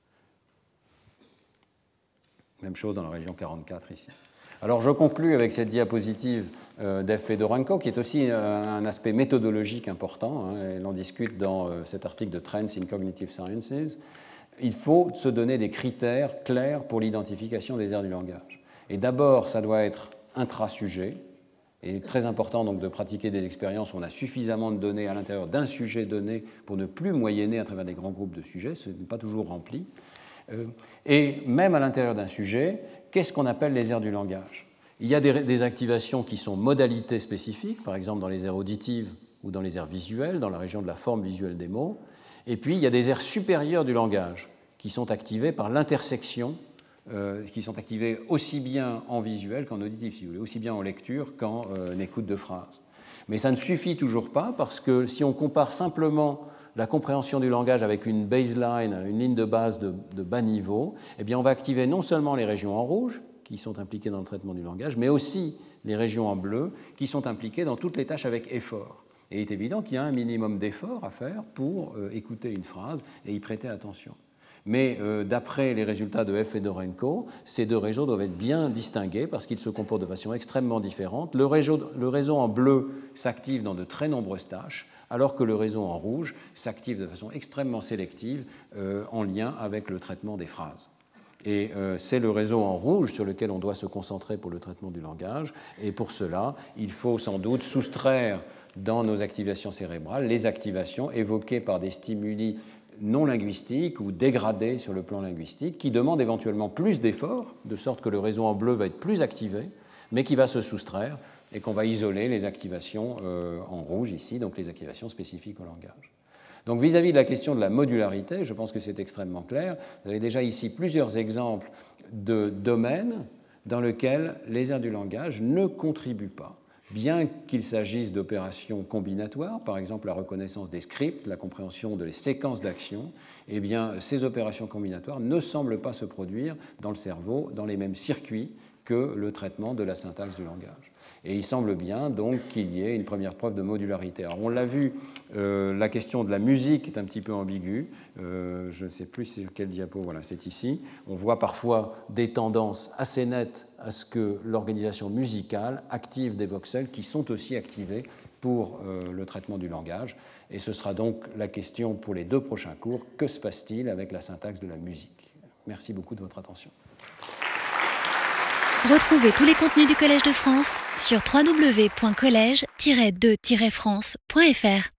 Même chose dans la région quarante-quatre ici. Alors je conclus avec cette diapositive euh, d'F. Fedorenko, qui est aussi euh, un aspect méthodologique important. Hein, elle en discute dans euh, cet article de Trends in Cognitive Sciences. il faut se donner des critères clairs pour l'identification des aires du langage. Et d'abord, ça doit être intra-sujet. Il est très important donc de pratiquer des expériences où on a suffisamment de données à l'intérieur d'un sujet donné pour ne plus moyenner à travers des grands groupes de sujets, ce n'est pas toujours rempli. Et même à l'intérieur d'un sujet, qu'est-ce qu'on appelle les aires du langage? Il y a des, des activations qui sont modalités spécifiques, par exemple dans les aires auditives ou dans les aires visuelles, dans la région de la forme visuelle des mots. Et puis il y a des aires supérieures du langage qui sont activées par l'intersection, euh, qui sont activées aussi bien en visuel qu'en auditif, si vous voulez, aussi bien en lecture qu'en euh, écoute de phrases. Mais ça ne suffit toujours pas parce que si on compare simplement la compréhension du langage avec une baseline, une ligne de base de, de bas niveau, eh bien on va activer non seulement les régions en rouge, qui sont impliquées dans le traitement du langage, mais aussi les régions en bleu, qui sont impliquées dans toutes les tâches avec effort. Et il est évident qu'il y a un minimum d'effort à faire pour euh, écouter une phrase et y prêter attention. Mais euh, d'après les résultats de F. Fedorenko, ces deux réseaux doivent être bien distingués parce qu'ils se comportent de façon extrêmement différente. Le réseau, le réseau en bleu s'active dans de très nombreuses tâches, alors que le réseau en rouge s'active de façon extrêmement sélective euh, en lien avec le traitement des phrases. Et euh, c'est le réseau en rouge sur lequel on doit se concentrer pour le traitement du langage. Et pour cela, il faut sans doute soustraire dans nos activations cérébrales les activations évoquées par des stimuli non linguistiques ou dégradés sur le plan linguistique, qui demandent éventuellement plus d'efforts, de sorte que le réseau en bleu va être plus activé, mais qui va se soustraire et qu'on va isoler les activations euh, en rouge ici, donc les activations spécifiques au langage. Donc vis-à-vis de la question de la modularité, je pense que c'est extrêmement clair. Vous avez déjà ici plusieurs exemples de domaines dans lesquels les aires du langage ne contribuent pas. Bien qu'il s'agisse d'opérations combinatoires, par exemple la reconnaissance des scripts, la compréhension de les séquences d'actions, eh bien, ces opérations combinatoires ne semblent pas se produire dans le cerveau dans les mêmes circuits que le traitement de la syntaxe du langage. Et il semble bien donc qu'il y ait une première preuve de modularité. Alors on l'a vu, euh, la question de la musique est un petit peu ambiguë. Euh, je ne sais plus sur quel diapo, voilà, c'est ici. On voit parfois des tendances assez nettes à ce que l'organisation musicale active des voxels qui sont aussi activés pour euh, le traitement du langage. Et ce sera donc la question pour les deux prochains cours. Que se passe-t-il avec la syntaxe de la musique? Merci beaucoup de votre attention. Retrouvez tous les contenus du Collège de France sur w w w point collège tiret de tiret france point f r.